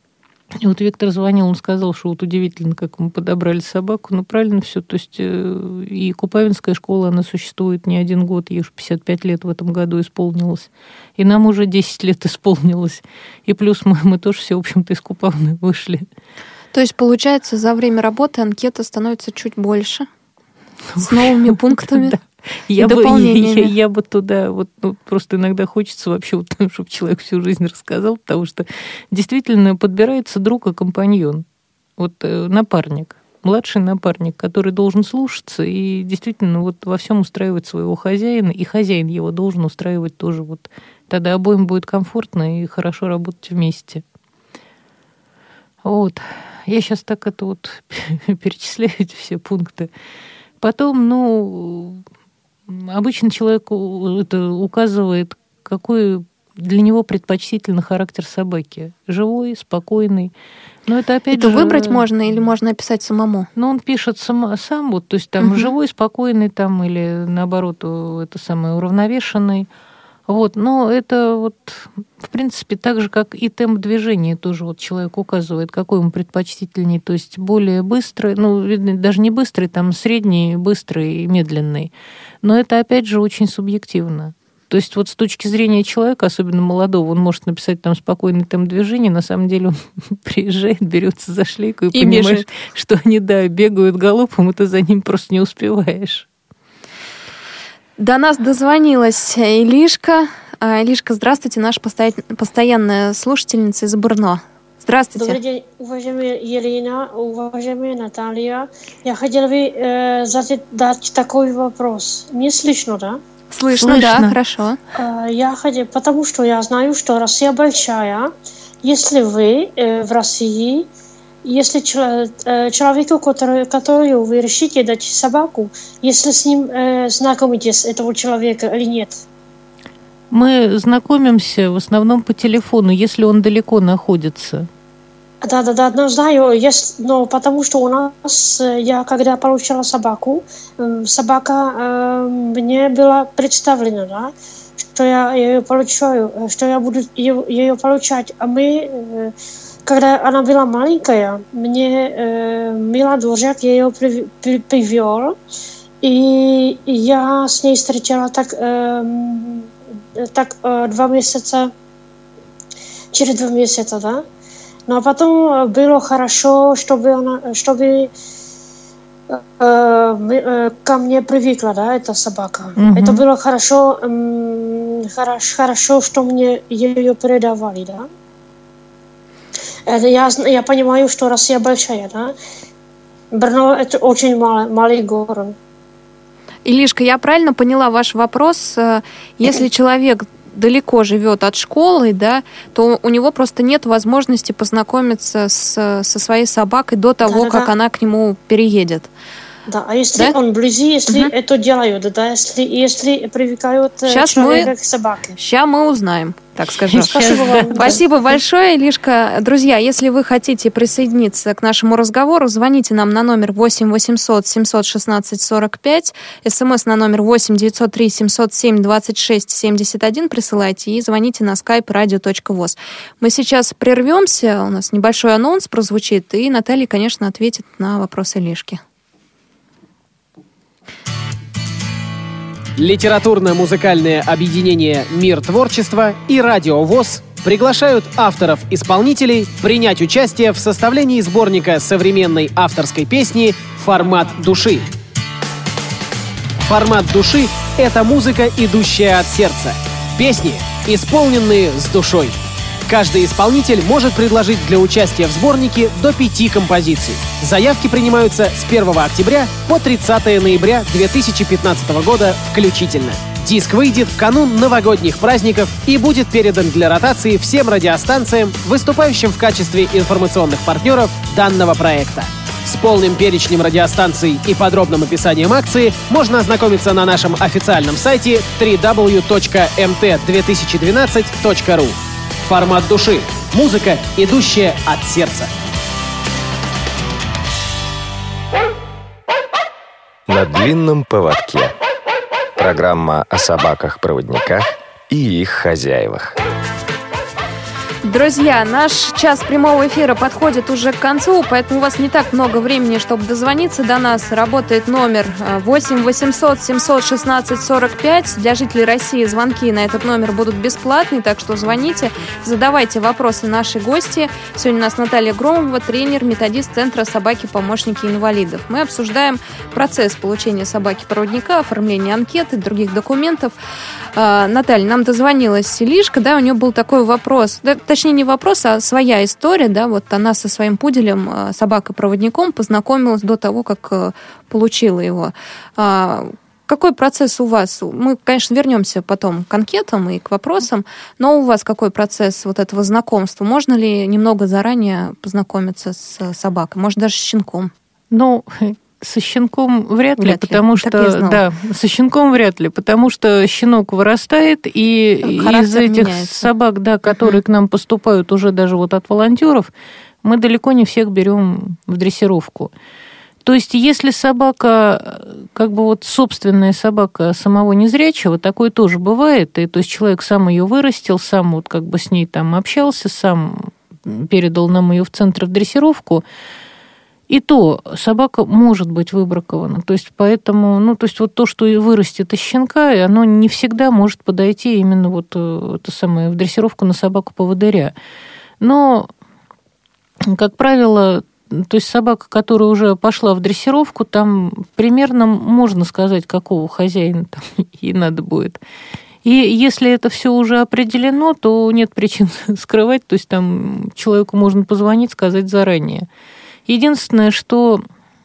И вот Виктор звонил, он сказал, что вот удивительно, как мы подобрали собаку. Правильно все. То есть и Купавинская школа, она существует не один год, ей уже 55 лет в этом году исполнилось. И нам уже 10 лет исполнилось. И плюс мы тоже все, в общем-то, из Купавны вышли. То есть, получается, за время работы анкета становится чуть больше, с новыми пунктами. Я бы туда, просто иногда хочется вообще, чтобы человек всю жизнь рассказал, потому что действительно подбирается друг и компаньон, напарник, младший напарник, который должен слушаться и действительно во всем устраивать своего хозяина, и хозяин его должен устраивать тоже. Тогда обоим будет комфортно и хорошо работать вместе. Вот. Я сейчас так это перечисляю эти все пункты. Потом, обычно человек это указывает, какой для него предпочтительный характер собаки. Живой, спокойный. Но это опять же... выбрать можно или можно описать самому? Он пишет сам, то есть там живой, спокойный там, или наоборот, это самое уравновешенный. Но это в принципе, так же, как и темп движения тоже человек указывает, какой ему предпочтительней, то есть более быстрый, даже не быстрый, там средний, быстрый, медленный. Но это, опять же, очень субъективно. То есть с точки зрения человека, особенно молодого, он может написать там спокойный темп движения, на самом деле он приезжает, берется за шлейку и понимаешь, бежит. Что они, бегают галопом, и ты за ним просто не успеваешь. До нас дозвонилась Илишка. Илишка, здравствуйте, наша постоянная слушательница из Брно. Здравствуйте. Добрый день, уважаемая Елена, уважаемая Наталья. Я хотела бы задать такой вопрос. Мне слышно, да? Слышно, да, хорошо. Потому что я знаю, что Россия большая. Если вы в России, если человеку, которому вы решите дать собаку, если с ним знакомитесь, этого человека или нет? Мы знакомимся в основном по телефону, если он далеко находится. Да, знаю, но потому что у нас, я когда получила собаку, собака мне была представлена, да, что я ее получаю, что я буду ее получать. А мы, когда она была маленькая, мне Мила Дворжак ее привел, и я с ней встречала так 2 месяца, через 2 месяца, да. Ну а потом было хорошо, чтобы ко мне привыкла, да, эта собака. Это было хорошо, что мне ее передавали, да. Я понимаю, что Россия большая, да. Брно — это очень малый город. Илишка, я правильно поняла ваш вопрос? Если человек далеко живет от школы, да, то у него просто нет возможности познакомиться со своей собакой до того, как она к нему переедет. Да, а если он вблизи, если это делают, да, если привлекают человека к собаке? Сейчас мы узнаем, так скажем. Спасибо большое, Илишка. Друзья, если вы хотите присоединиться к нашему разговору, звоните нам на номер 8 800 716 45, смс на номер 8 903 707 26 71, присылайте и звоните на skype radio.voz. Мы сейчас прервемся, у нас небольшой анонс прозвучит, и Наталья, конечно, ответит на вопросы Илишки. Литературно-музыкальное объединение «Мир творчества» и «Радио ВОС» приглашают авторов-исполнителей принять участие в составлении сборника современной авторской песни «Формат души». «Формат души» — это музыка, идущая от сердца. Песни, исполненные с душой. Каждый исполнитель может предложить для участия в сборнике до 5 композиций. Заявки принимаются с 1 октября по 30 ноября 2015 года включительно. Диск выйдет в канун новогодних праздников и будет передан для ротации всем радиостанциям, выступающим в качестве информационных партнеров данного проекта. С полным перечнем радиостанций и подробным описанием акции можно ознакомиться на нашем официальном сайте www.mt2012.ru. «Формат души» — музыка, идущая от сердца. На длинном поводке. Программа о собаках-проводниках и их хозяевах. Друзья, наш час прямого эфира подходит уже к концу, поэтому у вас не так много времени, чтобы дозвониться до нас. Работает номер 8 800 716 45. Для жителей России звонки на этот номер будут бесплатные, так что звоните, задавайте вопросы нашей гости. Сегодня у нас Наталья Громова, тренер, методист Центра «Собаки-помощники инвалидов». Мы обсуждаем процесс получения собаки-проводника, оформления анкеты, других документов. Наталья, нам дозвонилась Илишка, да, у нее был такой вопрос, да, точнее не вопрос, а своя история, да, вот она со своим пуделем, собакой-проводником познакомилась до того, как получила его. Какой процесс у вас? Мы, конечно, вернемся потом к анкетам и к вопросам, но у вас какой процесс вот этого знакомства? Можно ли немного заранее познакомиться с собакой, может, даже с щенком? Ну, со щенком вряд ли, потому что да, со щенком вряд ли, потому что щенок вырастает, и из этих собак, да, которые к нам поступают уже даже вот от волонтеров, мы далеко не всех берем в дрессировку. То есть, если собака, как бы вот собственная собака самого незрячего, такое тоже бывает, и то есть человек сам ее вырастил, сам вот как бы с ней там общался, сам передал нам ее в центр в дрессировку, и то собака может быть выбракована. То есть, поэтому, ну, то есть, вот то, что вырастет из щенка, оно не всегда может подойти именно вот это самое, в дрессировку на собаку-поводыря. Но, как правило, то есть собака, которая уже пошла в дрессировку, там примерно можно сказать, какого хозяина там ей надо будет. И если это все уже определено, то нет причин скрывать, то есть там человеку можно позвонить, сказать заранее. Единственное, что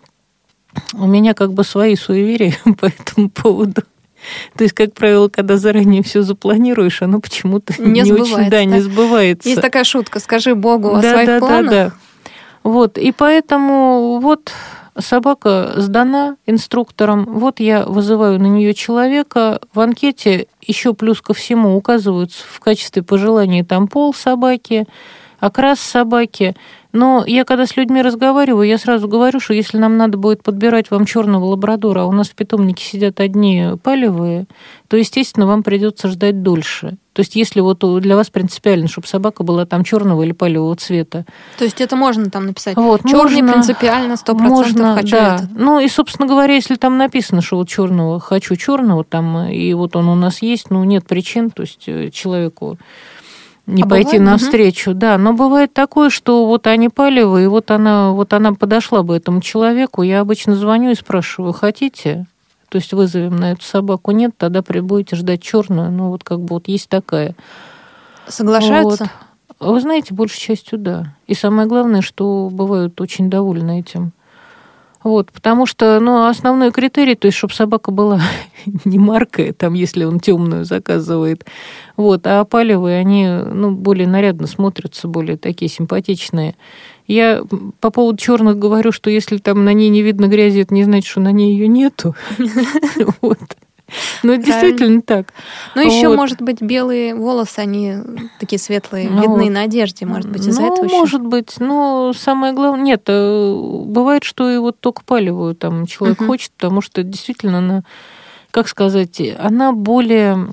у меня как бы свои суеверия по этому поводу. То есть, как правило, когда заранее все запланируешь, оно почему-то не очень, да, не сбывается. Есть такая шутка: скажи Богу о своих планах. Да. Вот, и поэтому вот собака сдана инструктором, вот я вызываю на нее человека, в анкете еще плюс ко всему указываются в качестве пожеланий там пол собаки, окрас собаки. Но я когда с людьми разговариваю, я сразу говорю, что если нам надо будет подбирать вам черного лабрадора, а у нас в питомнике сидят одни палевые, то, естественно, вам придется ждать дольше. То есть, если вот для вас принципиально, чтобы собака была там черного или палевого цвета. То есть, это можно там написать? Вот, черный принципиально, 100% хочу да. этот. Ну, и, собственно говоря, если там написано, что вот черного хочу черного, там, и вот он у нас есть, ну, нет причин, то есть, человеку не пойти навстречу, да. Но бывает такое, что вот они палевые, вот она подошла бы этому человеку, я обычно звоню и спрашиваю: хотите? То есть вызовем на эту собаку? Нет, тогда будете ждать черную. Ну, вот как бы вот есть такая. Соглашаются? Вот. Вы знаете, большей частью да. И самое главное, что бывают очень довольны этим. Вот, потому что, основной критерий, то есть, чтобы собака была не маркая, там, если он темную заказывает, вот, а опалевые, они, более нарядно смотрятся, более такие симпатичные. Я по поводу черных говорю, что если там на ней не видно грязи, это не значит, что на ней ее нету. Вот. Ну, это действительно так. Ну, еще, может быть, белые волосы, они такие светлые, видны на одежде, может быть, из-за этого еще? Может быть, но самое главное... Нет, бывает, что и вот только палевую там человек хочет, потому что действительно она, как сказать, она более...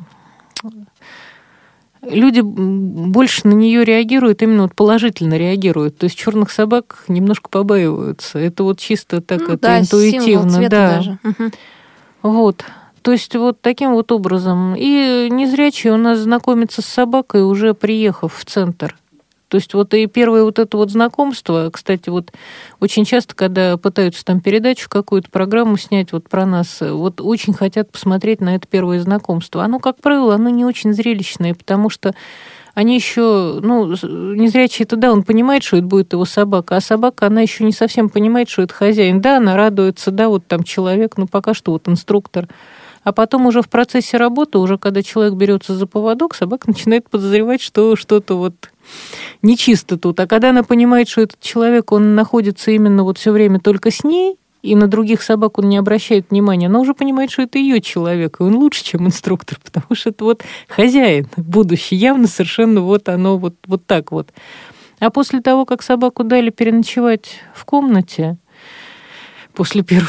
Люди больше на нее реагируют, именно вот положительно реагируют. То есть черных собак немножко побаиваются. Это вот чисто так, это интуитивно. Символ цвета даже. Вот. То есть вот таким вот образом. И незрячий у нас знакомится с собакой, уже приехав в центр. То есть вот и первое вот это вот знакомство, кстати, вот очень часто, когда пытаются там передачу, какую-то программу снять вот про нас, вот очень хотят посмотреть на это первое знакомство. Оно, как правило, оно не очень зрелищное, потому что они еще, незрячий, это да, он понимает, что это будет его собака, а собака, она еще не совсем понимает, что это хозяин. Да, она радуется, да, вот там человек, пока что вот инструктор. А потом уже в процессе работы, уже когда человек берется за поводок, собака начинает подозревать, что что-то вот нечисто тут. А когда она понимает, что этот человек, он находится именно вот все время только с ней, и на других собак он не обращает внимания, она уже понимает, что это ее человек, и он лучше, чем инструктор, потому что это вот хозяин будущий, явно совершенно вот оно вот так вот. А после того, как собаку дали переночевать в комнате, после первой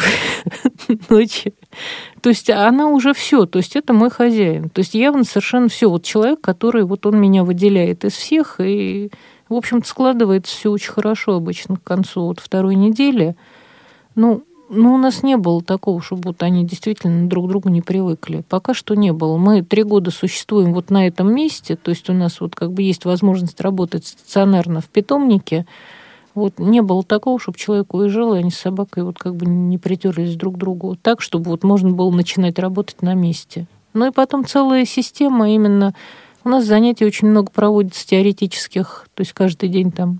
ночи, то есть она уже все, то есть это мой хозяин. То есть явно совершенно все. Вот человек, который вот он меня выделяет из всех, и, в общем-то, складывается все очень хорошо обычно к концу вот второй недели. У нас не было такого, чтобы вот они действительно друг к другу не привыкли. Пока что не было. Мы 3 года существуем вот на этом месте, то есть у нас вот как бы есть возможность работать стационарно в питомнике. Вот не было такого, чтобы человек уезжал, и они с собакой вот как бы не притерлись друг к другу. Так, чтобы вот можно было начинать работать на месте. И потом целая система именно... У нас занятий очень много проводится теоретических, то есть каждый день там.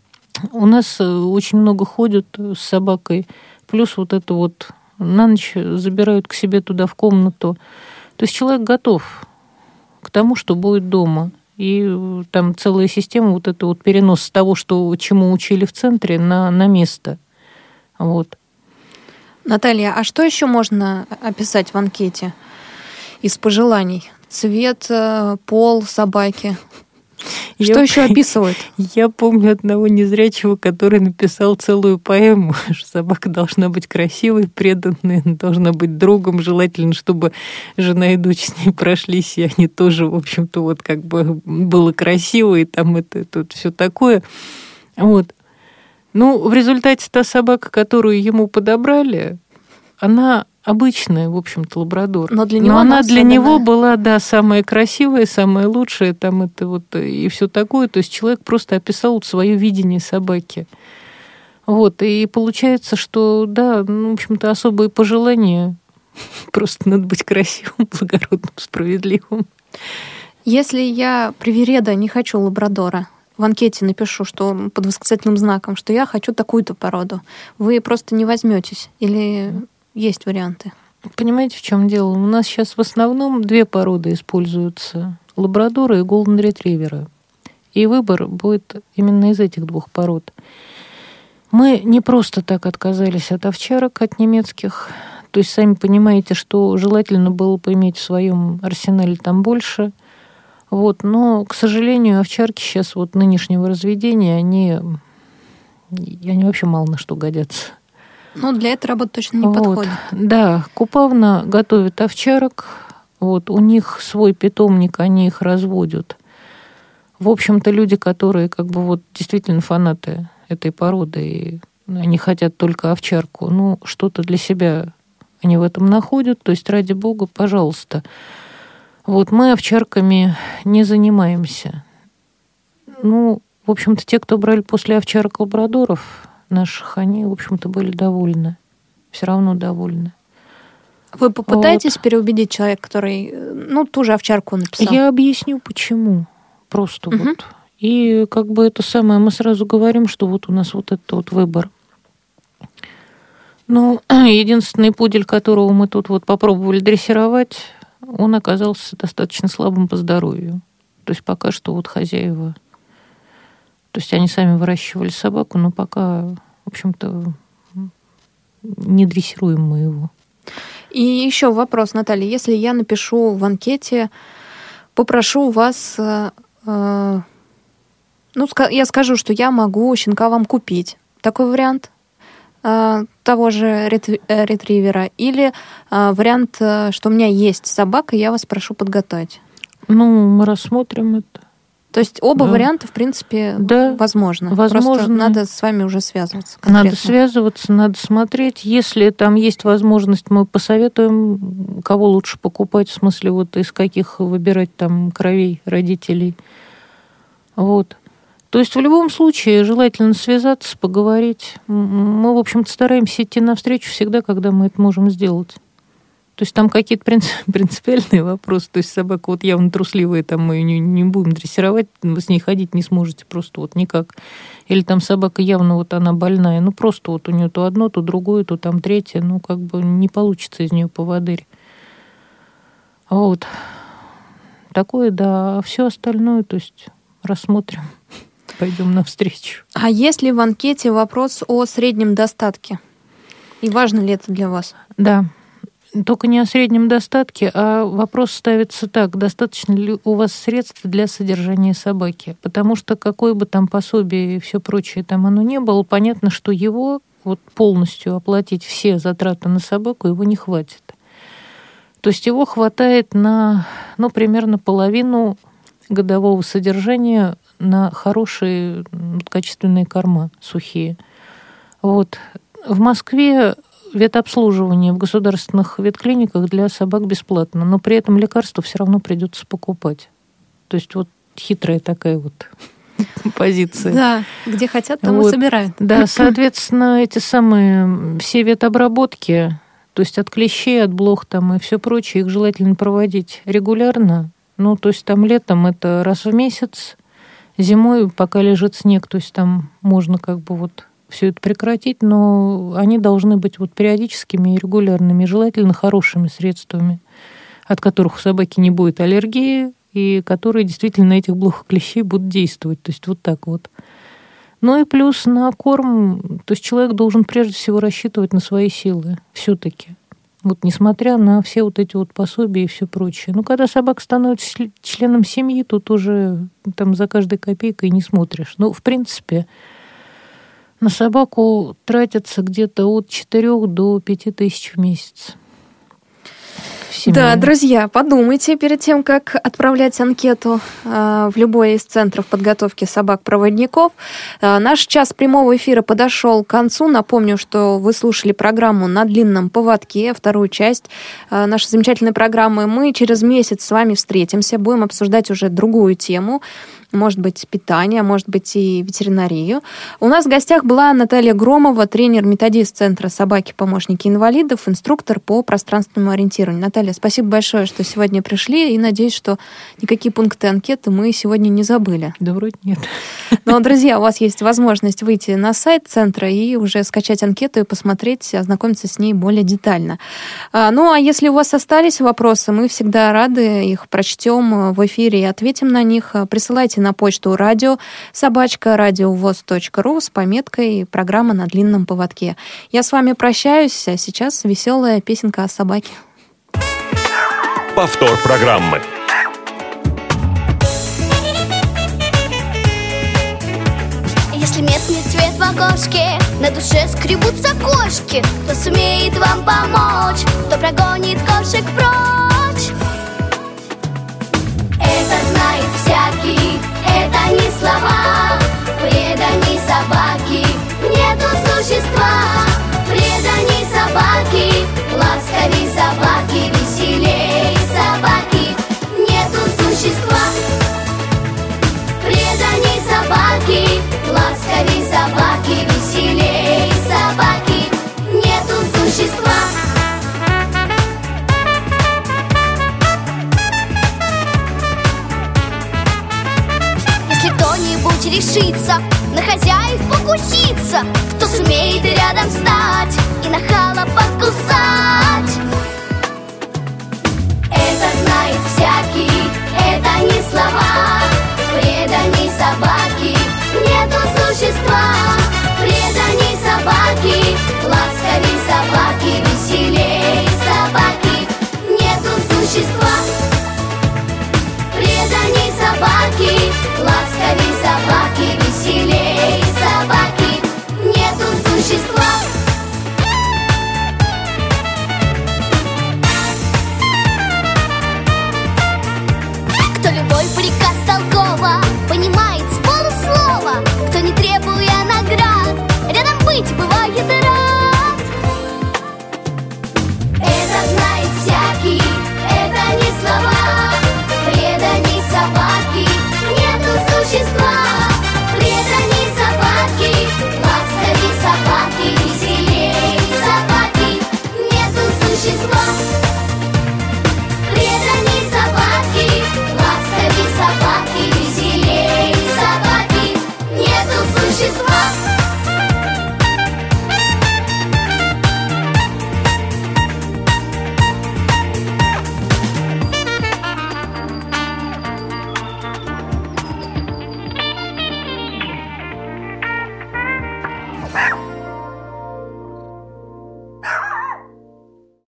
У нас очень много ходят с собакой, плюс вот это вот на ночь забирают к себе туда в комнату. То есть человек готов к тому, что будет дома. И там целая система, вот это вот перенос с того, чему учили в центре, на место. Вот. Наталья, а что еще можно описать в анкете из пожеланий? Цвет, пол собаки. Что еще описывают? Я помню одного незрячего, который написал целую поэму, что собака должна быть красивой, преданной, должна быть другом, желательно, чтобы жена и дочь с ней прошлись, и они тоже, в общем-то, вот как бы было красиво, и там это тут все такое. Вот. В результате та собака, которую ему подобрали, она обычная, в общем-то, лабрадор. Но она для него была, да, самая красивая, самая лучшая, там это вот и все такое. То есть человек просто описал свое видение собаки. Вот, и получается, что, да, в общем-то, особые пожелания. Просто надо быть красивым, благородным, справедливым. Если я привереда не хочу лабрадора, в анкете напишу, что под восклицательным знаком, что я хочу такую-то породу, вы просто не возьметесь или... Есть варианты. Понимаете, в чем дело? У нас сейчас в основном 2 породы используются. Лабрадоры и голден-ретриверы. И выбор будет именно из этих 2 пород. Мы не просто так отказались от овчарок, от немецких. То есть, сами понимаете, что желательно было бы иметь в своем арсенале там больше. Вот. Но, к сожалению, овчарки сейчас вот нынешнего разведения, они вообще мало на что годятся. Для этой работы точно не подходит. Да, Купавна готовит овчарок. Вот, у них свой питомник, они их разводят. В общем-то, люди, которые как бы вот действительно фанаты этой породы, и они хотят только овчарку, что-то для себя они в этом находят. То есть, ради бога, пожалуйста. Вот, мы овчарками не занимаемся. В общем-то, те, кто брали после овчарок лабрадоров наших, они, в общем-то, были довольны. Все равно довольны. Вы попытаетесь переубедить человека, который, ту же овчарку написал? Я объясню, почему. Просто вот. И как бы это самое, мы сразу говорим, что вот у нас вот этот вот выбор. Ну, единственный пудель, которого мы тут вот попробовали дрессировать, он оказался достаточно слабым по здоровью. То есть пока что вот хозяева... То есть они сами выращивали собаку, но пока, в общем-то, не дрессируем мы его. И еще вопрос, Наталья. Если я напишу в анкете, попрошу вас... я скажу, что я могу щенка вам купить. Такой вариант того же ретривера. Или вариант, что у меня есть собака, и я вас прошу подготовить. Ну, мы рассмотрим это. То есть оба варианта, в принципе, возможно. Просто надо с вами уже связываться. Конкретно. Надо связываться, надо смотреть. Если там есть возможность, мы посоветуем, кого лучше покупать, в смысле, вот из каких выбирать там кровей родителей. Вот. То есть в любом случае желательно связаться, поговорить. Мы, в общем-то, стараемся идти навстречу всегда, когда мы это можем сделать. То есть там какие-то принципиальные вопросы. То есть собака вот явно трусливая, там мы ее не будем дрессировать, вы с ней ходить не сможете просто вот никак. Или там собака явно вот она больная, ну просто вот у нее то одно, то другое, то там третье, ну как бы не получится из нее поводырь. Вот. Такое, да. А все остальное, то есть рассмотрим, пойдем навстречу. А есть ли в анкете вопрос о среднем достатке? И важно ли это для вас? Да. Только не о среднем достатке, а вопрос ставится так: достаточно ли у вас средств для содержания собаки? Потому что какое бы там пособие и все прочее там оно не было, понятно, что его вот полностью оплатить все затраты на собаку его не хватит. То есть его хватает на, примерно половину годового содержания на хорошие качественные корма сухие. Вот. В Москве ветобслуживание в государственных ветклиниках для собак бесплатно, но при этом лекарства все равно придется покупать. То есть вот хитрая такая вот позиция. Да, где хотят, там и собирают. Да, соответственно, эти самые все ветобработки, то есть от клещей, от блох там и все прочее, их желательно проводить регулярно. Ну, то есть там летом это раз в месяц, зимой, пока лежит снег, то есть там можно как бы вот все это прекратить, но они должны быть вот периодическими и регулярными, желательно хорошими средствами, от которых у собаки не будет аллергии, и которые действительно на этих блох клещей будут действовать. То есть вот так вот. Ну и плюс на корм, то есть человек должен прежде всего рассчитывать на свои силы все-таки. Вот несмотря на все вот эти вот пособия и все прочее. Ну, когда собака становится членом семьи, тут уже там за каждой копейкой не смотришь. Ну, в принципе, на собаку тратится где-то от 4 до 5 тысяч в месяц. Да, друзья, подумайте перед тем, как отправлять анкету в любой из центров подготовки собак-проводников. Наш час прямого эфира подошел к концу. Напомню, что вы слушали программу «На длинном поводке», вторую часть нашей замечательной программы. Мы через месяц с вами встретимся, будем обсуждать уже другую тему. Может быть, питание, может быть, и ветеринарию. У нас в гостях была Наталья Громова, тренер-методист Центра «Собаки-помощники инвалидов», инструктор по пространственному ориентированию. Наталья, спасибо большое, что сегодня пришли, и надеюсь, что никакие пункты анкеты мы сегодня не забыли. Да вроде нет. Но, друзья, у вас есть возможность выйти на сайт Центра и уже скачать анкету и посмотреть, ознакомиться с ней более детально. Ну, а если у вас остались вопросы, мы всегда рады их прочтем в эфире и ответим на них. Присылайте на почту radio@radiovos.ru с пометкой «Программа на длинном поводке». Я с вами прощаюсь, а сейчас веселая песенка о собаке. Повтор программы. Если местный цвет в окошке, на душе скребутся кошки, кто сумеет вам помочь, кто прогонит кошек прочь. Это знает всякий, это не слова. Преданий собаки нету существа. Преданий собаки, ласковей собаки, веселей собаки нету существа. Преданий собаки, ласковей собаки, веселей собаки нету существа. Если кто-нибудь решит решится на хозяев покуситься, кто сумеет рядом встать и нахала покусать. Это знает всякий, это не слова, преданный собаке